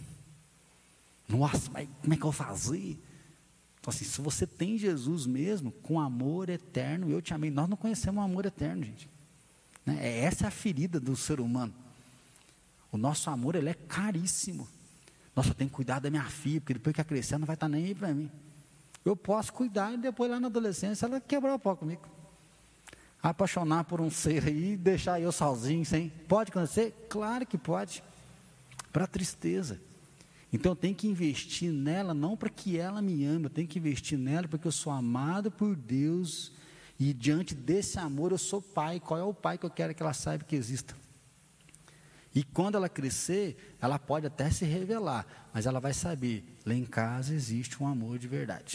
Nossa, mas como é que eu vou fazer? Então assim, se você tem Jesus mesmo, com amor eterno, eu te amei. Nós não conhecemos o amor eterno, gente. Essa é a ferida do ser humano. O nosso amor, ele é caríssimo. Nossa, eu tenho que cuidar da minha filha, porque depois que ela crescer, ela não vai estar nem aí para mim. Eu posso cuidar e depois lá na adolescência ela quebrar o pau comigo. Apaixonar por um ser aí e deixar eu sozinho, sem. Pode acontecer? Claro que pode. Para tristeza. Então eu tenho que investir nela, não para que ela me ame, eu tenho que investir nela porque eu sou amado por Deus e diante desse amor eu sou pai. Qual é o pai que eu quero que ela saiba que exista? E quando ela crescer, ela pode até se revelar, mas ela vai saber, lá em casa existe um amor de verdade.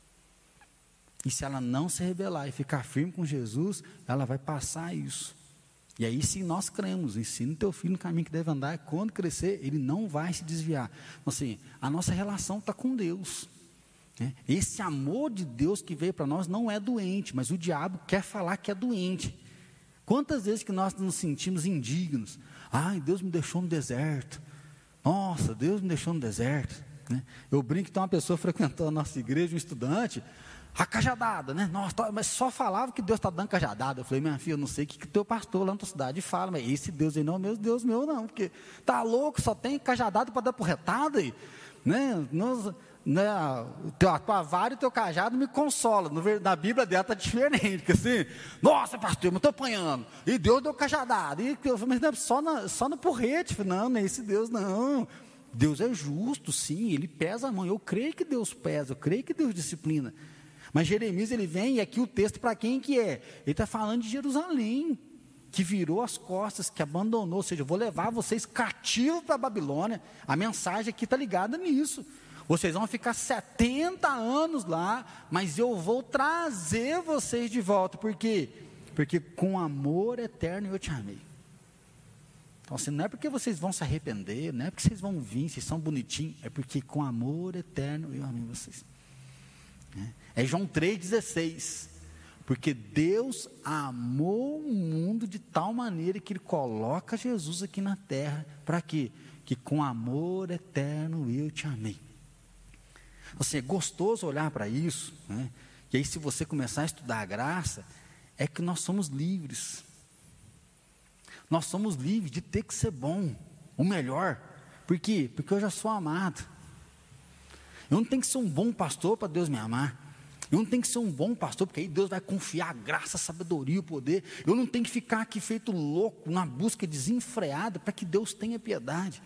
E se ela não se rebelar e ficar firme com Jesus, ela vai passar isso. E aí sim nós cremos, ensina o teu filho no caminho que deve andar, e quando crescer, ele não vai se desviar. Então, assim, a nossa relação está com Deus. Né? Esse amor de Deus que veio para nós não é doente, mas o diabo quer falar que é doente. Quantas vezes que nós nos sentimos indignos? Ai, Deus me deixou no deserto. Nossa, Deus me deixou no deserto. Né? Eu brinco que tem uma pessoa frequentando a nossa igreja, um estudante, a cajadada, né? Nossa, mas só falava que Deus está dando cajadada. Eu falei, minha filha, eu não sei o que teu pastor lá na tua cidade fala, mas esse Deus aí não é meu Deus meu não, porque tá louco, só tem cajadada para dar porretada aí, né? A tua vara e o teu cajado me consola. Na Bíblia dela está diferente, porque assim, nossa pastor, eu estou apanhando, e Deus deu cajadada, mas não, só no porrete. Não é esse Deus não. Deus é justo, sim, ele pesa a mão. Eu creio que Deus pesa, eu creio que Deus disciplina. Mas Jeremias, ele vem, e aqui o texto para quem que é? Ele está falando de Jerusalém, que virou as costas, que abandonou, ou seja, eu vou levar vocês cativos para a Babilônia. A mensagem aqui está ligada nisso. vocês vão ficar 70 anos lá, mas eu vou trazer vocês de volta. Por quê? Porque com amor eterno eu te amei. Então, assim, não é porque vocês vão se arrepender, não é porque vocês vão vir, vocês são bonitinhos, é porque com amor eterno eu amei vocês. É João 3,16. Porque Deus amou o mundo de tal maneira que Ele coloca Jesus aqui na terra. Para quê? Que com amor eterno eu te amei. Assim, é gostoso olhar para isso, né? E aí, se você começar a estudar a graça, é que nós somos livres. Nós somos livres de ter que ser bom, o melhor. Por quê? Porque eu já sou amado. Eu não tenho que ser um bom pastor para Deus me amar. Eu não tenho que ser um bom pastor, porque aí Deus vai confiar a graça, a sabedoria, o poder. Eu não tenho que ficar aqui feito louco, na busca desenfreada, para que Deus tenha piedade.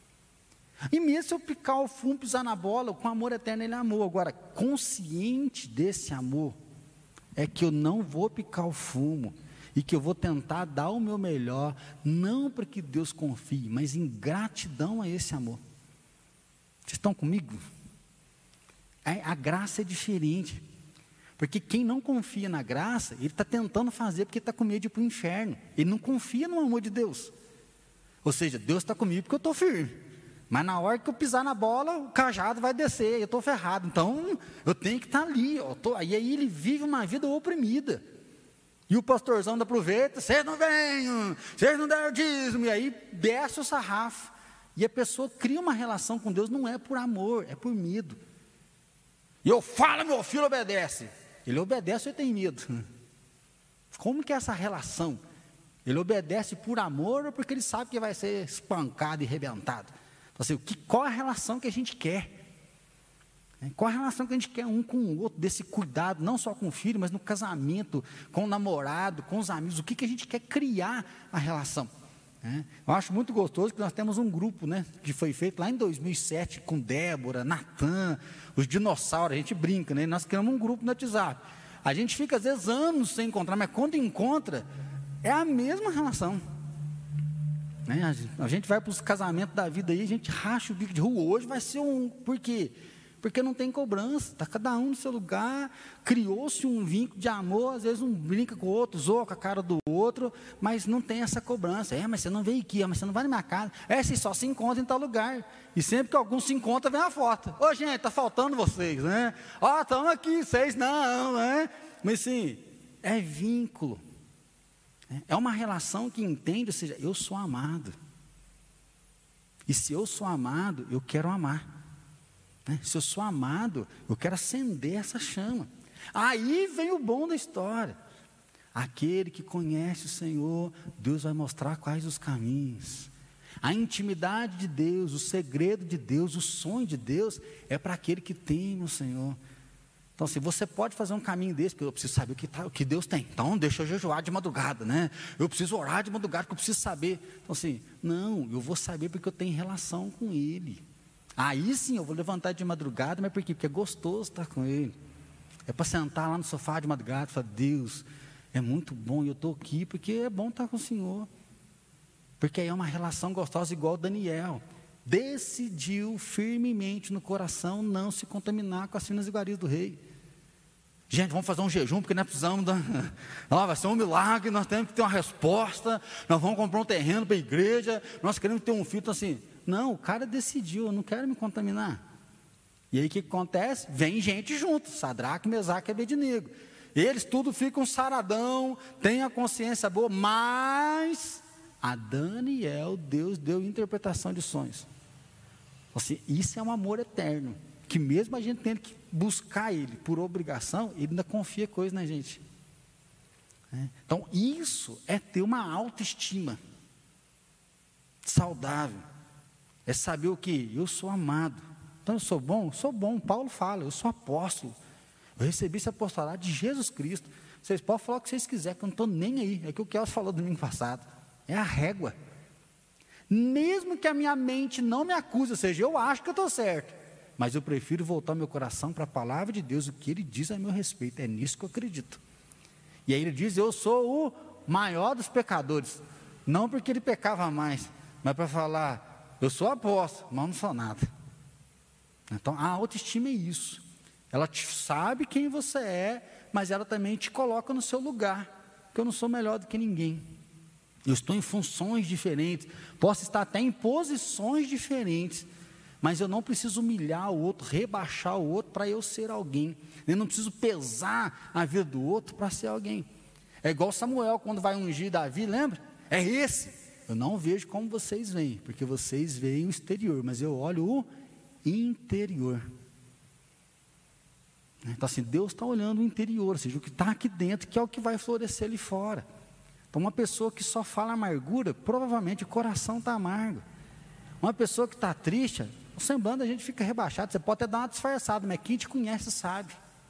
E mesmo se eu picar o fumo, pisar na bola, com amor eterno Ele amou. Agora, consciente desse amor, é que eu não vou picar o fumo, e que eu vou tentar dar o meu melhor, não para que Deus confie, mas em gratidão a esse amor. Vocês estão comigo? A graça é diferente. Porque quem não confia na graça, ele está tentando fazer porque está com medo de ir para o inferno. Ele não confia no amor de Deus. Ou seja, Deus está comigo porque eu estou firme. Mas na hora que eu pisar na bola, o cajado vai descer, eu estou ferrado. Então, eu tenho que estar ali. E aí ele vive uma vida oprimida. E o pastorzão ainda aproveita, vocês não venham, vocês não deram dízimo. E aí desce o sarrafo. E a pessoa cria uma relação com Deus, não é por amor, é por medo. E eu falo, meu filho obedece. Ele obedece ou tem medo? Como que é essa relação? Ele obedece por amor ou porque ele sabe que vai ser espancado e arrebentado? Então, assim, qual a relação que a gente quer? Qual a relação que a gente quer um com o outro, desse cuidado, não só com o filho, mas no casamento, com o namorado, com os amigos? O que a gente quer criar a relação? Eu acho muito gostoso que nós temos um grupo, né, que foi feito lá em 2007, com Débora, Natan, os dinossauros, a gente brinca, né, nós criamos um grupo no WhatsApp. A gente fica às vezes anos sem encontrar, mas quando encontra, é a mesma relação. A gente vai para os casamentos da vida aí, a gente racha o bico de rua, hoje vai ser por quê? Porque não tem cobrança, está cada um no seu lugar, criou-se um vínculo de amor, às vezes um brinca com o outro, zoa com a cara do outro, mas não tem essa cobrança. Mas você não veio aqui, mas você não vai na minha casa. Vocês só se encontram em tal lugar. E sempre que algum se encontra, vem a foto. Ô gente, está faltando vocês, né? Estamos aqui, vocês não, né? Mas sim, é vínculo. É uma relação que entende, ou seja, eu sou amado. E se eu sou amado, eu quero amar. Se eu sou amado, eu quero acender essa chama. Aí vem o bom da história. Aquele que conhece o Senhor, Deus vai mostrar quais os caminhos. A intimidade de Deus, o segredo de Deus, o sonho de Deus, é para aquele que teme o Senhor. Então, assim, você pode fazer um caminho desse, porque eu preciso saber o que Deus tem. Então, deixa eu jejuar de madrugada, né? Eu preciso orar de madrugada, porque eu preciso saber. Então, assim, não, eu vou saber porque eu tenho relação com Ele. Aí sim, eu vou levantar de madrugada, mas por quê? Porque é gostoso estar com Ele. É para sentar lá no sofá de madrugada e falar, Deus, é muito bom, e eu estou aqui porque é bom estar com o Senhor. Porque aí é uma relação gostosa igual Daniel. Decidiu firmemente no coração não se contaminar com as finas iguarias do rei. Gente, vamos fazer um jejum, porque nós precisamos vai ser um milagre, nós temos que ter uma resposta, nós vamos comprar um terreno para a igreja, nós queremos ter um filho, então assim... Não, o cara decidiu, eu não quero me contaminar. E aí o que acontece? Vem gente junto, Sadraque, Mesaque e Abednego. Eles tudo ficam saradão, têm a consciência boa, mas a Daniel, Deus deu interpretação de sonhos. Assim, isso é um amor eterno, que mesmo a gente tendo que buscar Ele por obrigação, Ele ainda confia coisa na gente. Então isso é ter uma autoestima saudável. É saber o que? Eu sou amado. Então eu sou bom? Sou bom. Paulo fala, eu sou apóstolo. Eu recebi esse apostolado de Jesus Cristo. Vocês podem falar o que vocês quiserem, que eu não estou nem aí. É que o Kelso falou domingo passado. É a régua. Mesmo que a minha mente não me acuse, ou seja, eu acho que eu estou certo. Mas eu prefiro voltar meu coração para a palavra de Deus, o que Ele diz a meu respeito. É nisso que eu acredito. E aí Ele diz, eu sou o maior dos pecadores. Não porque Ele pecava mais, mas para falar... Eu sou apóstolo, mas não sou nada. Então, a autoestima é isso. Ela sabe quem você é, mas ela também te coloca no seu lugar, que eu não sou melhor do que ninguém. Eu estou em funções diferentes, posso estar até em posições diferentes, mas eu não preciso humilhar o outro, rebaixar o outro para eu ser alguém. Eu não preciso pesar a vida do outro para ser alguém. É igual Samuel, quando vai ungir Davi, lembra? É esse. Eu não vejo como vocês veem, porque vocês veem o exterior, mas eu olho o interior. Então assim, Deus está olhando o interior, ou seja, o que está aqui dentro, que é o que vai florescer ali fora. Então uma pessoa que só fala amargura, provavelmente o coração está amargo. Uma pessoa que está triste, o semblante a gente fica rebaixado, você pode até dar uma disfarçada, mas quem te conhece sabe.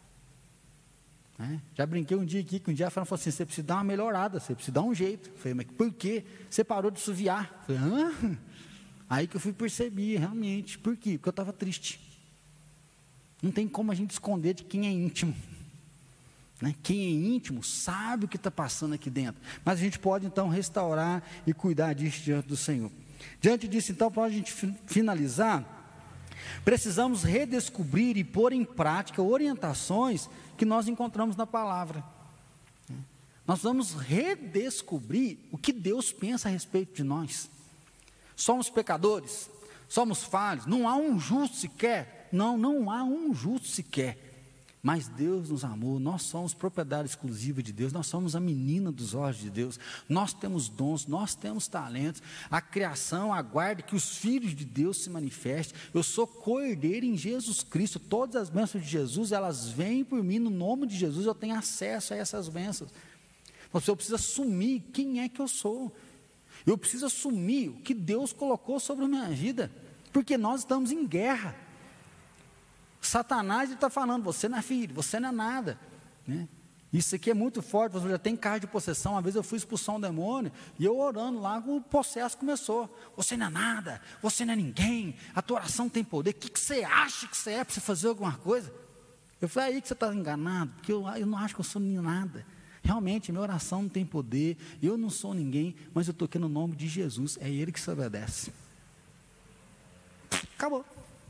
Já brinquei um dia aqui, que um dia a Fran falou assim, você precisa dar uma melhorada, você precisa dar um jeito. Eu falei, mas por quê? Você parou de assoviar. Eu falei, hã? Aí que eu fui perceber, realmente, por quê? Porque eu estava triste. Não tem como a gente esconder de quem é íntimo. Quem é íntimo sabe o que está passando aqui dentro. Mas a gente pode então restaurar e cuidar disso diante do Senhor. Diante disso então, para a gente finalizar, precisamos redescobrir e pôr em prática orientações que nós encontramos na palavra. Nós vamos redescobrir o que Deus pensa a respeito de nós. Somos pecadores, somos falhos, não há um justo sequer. Não há um justo sequer. Mas Deus nos amou, nós somos propriedade exclusiva de Deus, nós somos a menina dos olhos de Deus, nós temos dons, nós temos talentos, a criação aguarda que os filhos de Deus se manifestem. Eu sou co-herdeiro em Jesus Cristo, todas as bênçãos de Jesus, elas vêm por mim, no nome de Jesus, eu tenho acesso a essas bênçãos. Então, eu preciso assumir quem é que eu sou, eu preciso assumir o que Deus colocou sobre a minha vida, porque nós estamos em guerra. Satanás está falando, você não é filho, você não é nada, Isso aqui é muito forte, você já tem carga de possessão. Uma vez eu fui expulsar um demônio, e eu orando lá, o processo começou, você não é nada, você não é ninguém, a tua oração tem poder, o que você acha que você é para você fazer alguma coisa? Eu falei, aí que você está enganado, porque eu não acho que eu sou nem nada, realmente minha oração não tem poder, eu não sou ninguém, mas eu estou aqui no nome de Jesus, é Ele que se obedece. Acabou.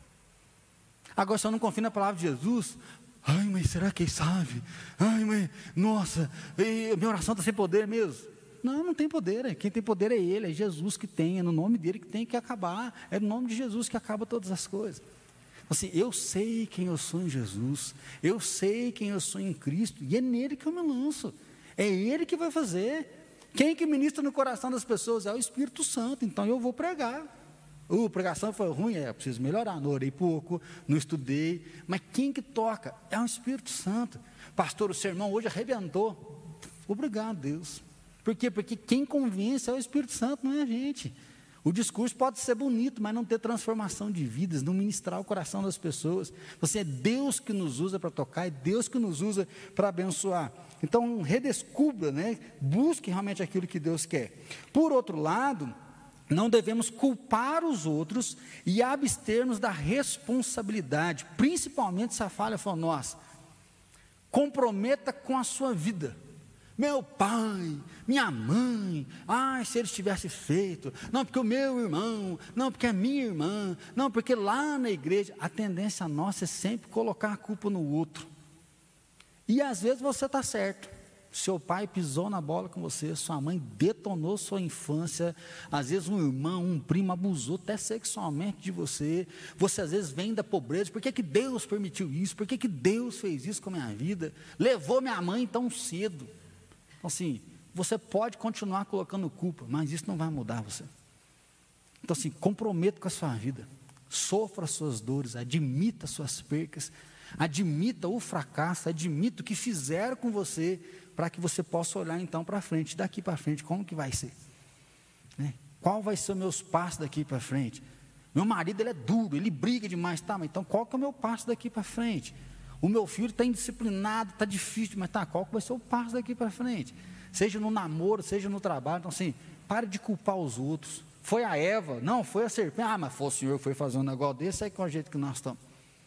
Agora, se eu não confio na palavra de Jesus, ai, mas será que ele sabe? Ai, mas, nossa, minha oração está sem poder mesmo. Não tem poder, quem tem poder é Ele, é Jesus que tem, é no nome dEle que tem que acabar, é no nome de Jesus que acaba todas as coisas. Assim, eu sei quem eu sou em Jesus, eu sei quem eu sou em Cristo, e é nele que eu me lanço, é Ele que vai fazer. Quem que ministra no coração das pessoas? É o Espírito Santo, então eu vou pregar. A pregação foi ruim, preciso melhorar, não orei pouco, não estudei, mas quem que toca? É o Espírito Santo. Pastor, o sermão hoje arrebentou. Obrigado, Deus. Por quê? Porque quem convence é o Espírito Santo, não é a gente. O discurso pode ser bonito, mas não ter transformação de vidas, não ministrar o coração das pessoas. É Deus que nos usa para tocar, é Deus que nos usa para abençoar. Então, redescubra, busque realmente aquilo que Deus quer. Por outro lado, não devemos culpar os outros e abster-nos da responsabilidade, principalmente se a falha for nossa. Comprometa com a sua vida. Meu pai, minha mãe, se eles tivessem feito, não porque o meu irmão, não porque a minha irmã, não porque lá na igreja, a tendência nossa é sempre colocar a culpa no outro. E às vezes você está certo. Seu pai pisou na bola com você, sua mãe detonou sua infância, às vezes um irmão, um primo abusou até sexualmente de você, você às vezes vem da pobreza, por que Deus permitiu isso, por que Deus fez isso com a minha vida, levou minha mãe tão cedo. Então assim, você pode continuar colocando culpa, mas isso não vai mudar você. Então assim, comprometa com a sua vida, sofra as suas dores, admita as suas percas, admita o fracasso, admita o que fizeram com você, para que você possa olhar então para frente, daqui para frente, como que vai ser? Qual vai ser os meus passos daqui para frente? Meu marido, ele é duro, ele briga demais, mas então qual que é o meu passo daqui para frente? O meu filho está indisciplinado, está difícil, mas qual que vai ser o passo daqui para frente? Seja no namoro, seja no trabalho. Então assim, pare de culpar os outros. Foi a Eva, não, foi a serpente, mas foi o Senhor que foi fazer um negócio desse, aí que é o jeito que nós estamos.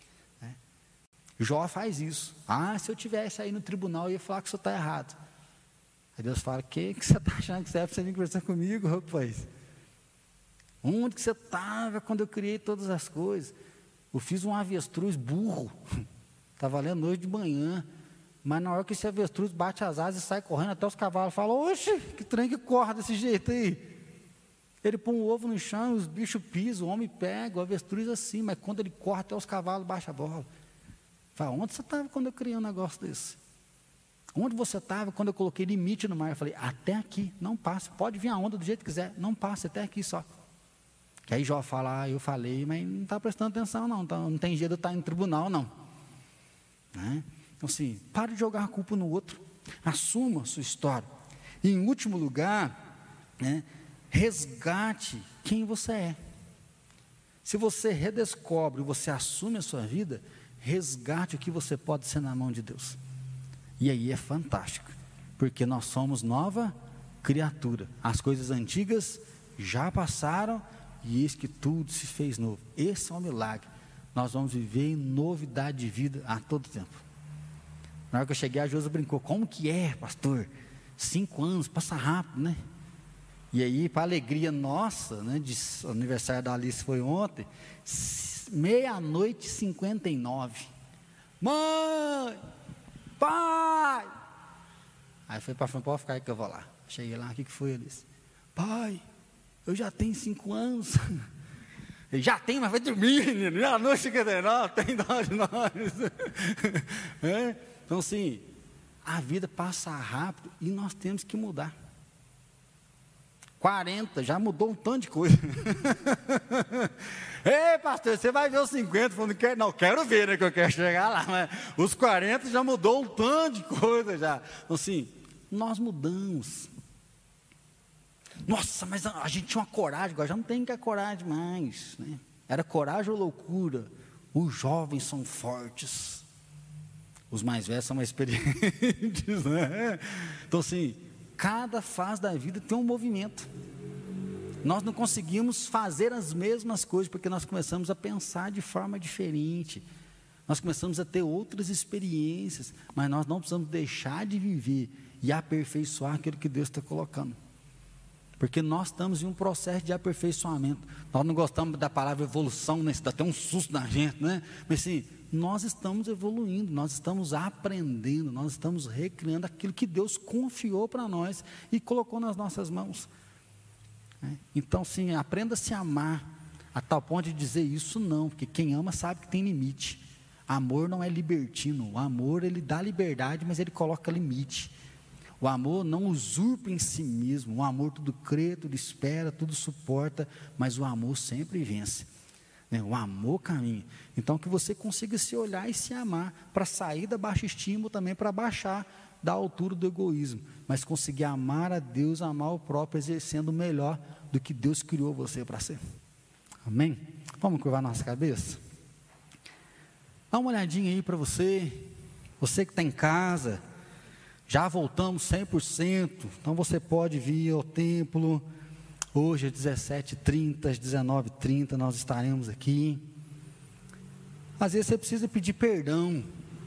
Jó faz isso. Se eu tivesse aí no tribunal, eu ia falar que isso está errado. Aí Deus fala, que você está achando que você é para você vir conversar comigo, rapaz? Onde que você estava quando eu criei todas as coisas? Eu fiz um avestruz burro, estava lendo hoje de manhã, mas na hora que esse avestruz bate as asas e sai correndo, até os cavalos falam, oxe, que trem que corre desse jeito aí. Ele põe um ovo no chão, os bichos pisam, o homem pega, o avestruz assim, mas quando ele corre, até os cavalos baixam a bola. Fala, onde você estava quando eu criei um negócio desse? Onde você estava quando eu coloquei limite no mar? Eu falei, até aqui, não passa, pode vir a onda do jeito que quiser, não passa, até aqui só. Que aí Jó fala, eu falei, mas não está prestando atenção não, então, não tem jeito de estar em tribunal não. Né? Então assim, pare de jogar a culpa no outro, assuma a sua história. E em último lugar, né, resgate quem você é. Se você redescobre, você assume a sua vida, resgate o que você pode ser na mão de Deus. E aí é fantástico, porque nós somos nova criatura. As coisas antigas já passaram e eis que tudo se fez novo. Esse é um milagre. Nós vamos viver em novidade de vida a todo tempo. Na hora que eu cheguei, a Josi brincou, como que é, pastor? 5 anos, passa rápido, né? E aí, para alegria nossa, né, o aniversário da Alice foi ontem, 00:59. Mãe, pai! Aí foi para frente, pode ficar aí que eu vou lá. Cheguei lá, o que foi, Alice? Pai, eu já tenho 5 anos. Ele já tem, mas vai dormir, menino. Já noite 59, tem dó de nós. É? Então, assim, a vida passa rápido e nós temos que mudar. 40, já mudou um tanto de coisa. Ei, pastor, você vai ver os 50, falando, não, quero ver, né, que eu quero chegar lá, mas os 40 já mudou um tanto de coisa já. Então, assim, nós mudamos. Nossa, mas a gente tinha uma coragem, agora já não tem que ter coragem mais, né? Era coragem ou loucura? Os jovens são fortes, os mais velhos são mais experientes, né? Então, assim, cada fase da vida tem um movimento. Nós não conseguimos fazer as mesmas coisas, porque nós começamos a pensar de forma diferente, nós começamos a ter outras experiências, mas nós não precisamos deixar de viver e aperfeiçoar aquilo que Deus está colocando, porque nós estamos em um processo de aperfeiçoamento. Nós não gostamos da palavra evolução, né? Isso dá até um susto na gente, né? Mas assim, nós estamos evoluindo, nós estamos aprendendo, nós estamos recriando aquilo que Deus confiou para nós e colocou nas nossas mãos. Então, sim, aprenda a se amar, a tal ponto de dizer isso não, porque quem ama sabe que tem limite. Amor não é libertino, o amor ele dá liberdade, mas ele coloca limite. O amor não usurpa em si mesmo, o amor tudo crê, tudo espera, tudo suporta, mas o amor sempre vence. O amor caminha. Então que você consiga se olhar e se amar, para sair da baixa estima, também para baixar da altura do egoísmo, mas conseguir amar a Deus, amar o próprio, exercendo o melhor do que Deus criou você para ser. Amém? Vamos curvar nossa cabeça? Dá uma olhadinha aí para você que está em casa. Já voltamos 100%, então você pode vir ao templo. Hoje às 17h30, às 19h30 nós estaremos aqui. Às vezes você precisa pedir perdão.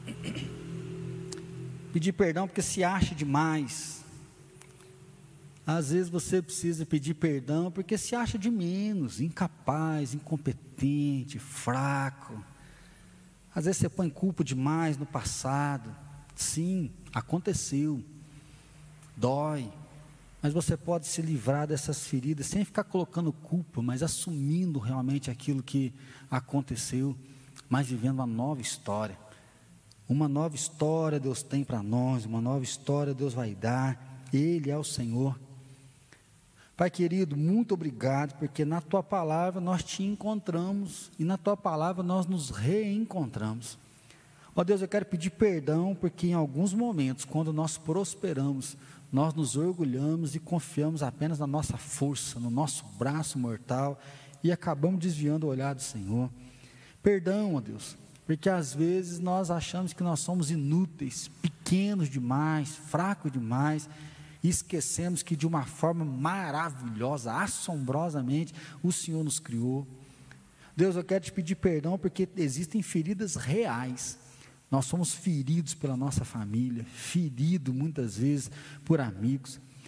Pedir perdão porque se acha demais. Às vezes você precisa pedir perdão porque se acha de menos, incapaz, incompetente, fraco. Às vezes você põe culpa demais no passado. Sim, aconteceu. Dói. Mas você pode se livrar dessas feridas sem ficar colocando culpa, mas assumindo realmente aquilo que aconteceu, mas vivendo uma nova história. Uma nova história Deus tem para nós, uma nova história Deus vai dar. Ele é o Senhor. Pai querido, muito obrigado, porque na Tua palavra nós te encontramos e na Tua palavra nós nos reencontramos. Ó Deus, eu quero pedir perdão, porque em alguns momentos, quando nós prosperamos, nós nos orgulhamos e confiamos apenas na nossa força, no nosso braço mortal, e acabamos desviando o olhar do Senhor. Perdão, ó Deus, porque às vezes nós achamos que nós somos inúteis, pequenos demais, fracos demais, e esquecemos que de uma forma maravilhosa, assombrosamente, o Senhor nos criou. Deus, eu quero te pedir perdão, porque existem feridas reais. Nós somos feridos pela nossa família, feridos muitas vezes por amigos.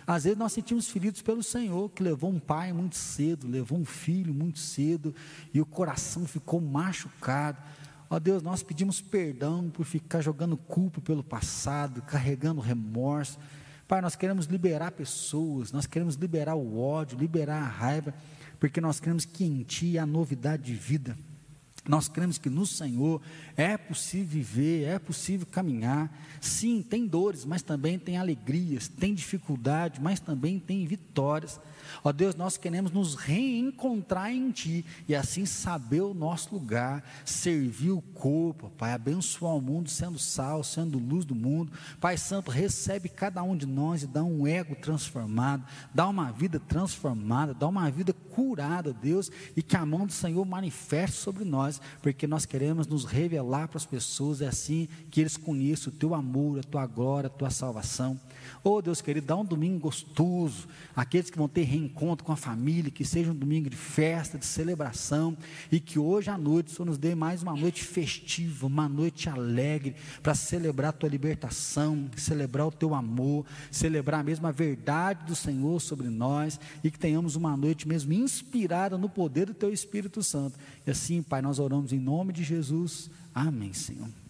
Às vezes nós sentimos feridos pelo Senhor, que levou um pai muito cedo, levou um filho muito cedo, e o coração ficou machucado. Ó Deus, nós pedimos perdão por ficar jogando culpa pelo passado, carregando remorso. Pai, nós queremos liberar pessoas, nós queremos liberar o ódio, liberar a raiva, porque nós queremos que em Ti há novidade de vida. Nós cremos que no Senhor é possível viver, é possível caminhar. Sim, tem dores, mas também tem alegrias, tem dificuldade, mas também tem vitórias. Ó Deus, nós queremos nos reencontrar em Ti e assim saber o nosso lugar, servir o corpo, Pai, abençoar o mundo, sendo sal, sendo luz do mundo. Pai Santo, recebe cada um de nós e dá um ego transformado, dá uma vida transformada, dá uma vida curada, Deus, e que a mão do Senhor manifeste sobre nós, porque nós queremos nos revelar para as pessoas, é assim que eles conheçam o Teu amor, a Tua glória, a Tua salvação. Oh Deus querido, dá um domingo gostoso, aqueles que vão ter reencontro com a família, que seja um domingo de festa, de celebração, e que hoje à noite o Senhor nos dê mais uma noite festiva, uma noite alegre, para celebrar a Tua libertação, celebrar o Teu amor, celebrar mesmo a verdade do Senhor sobre nós, e que tenhamos uma noite mesmo inspirada no poder do Teu Espírito Santo. E assim, Pai, nós oramos em nome de Jesus. Amém, Senhor.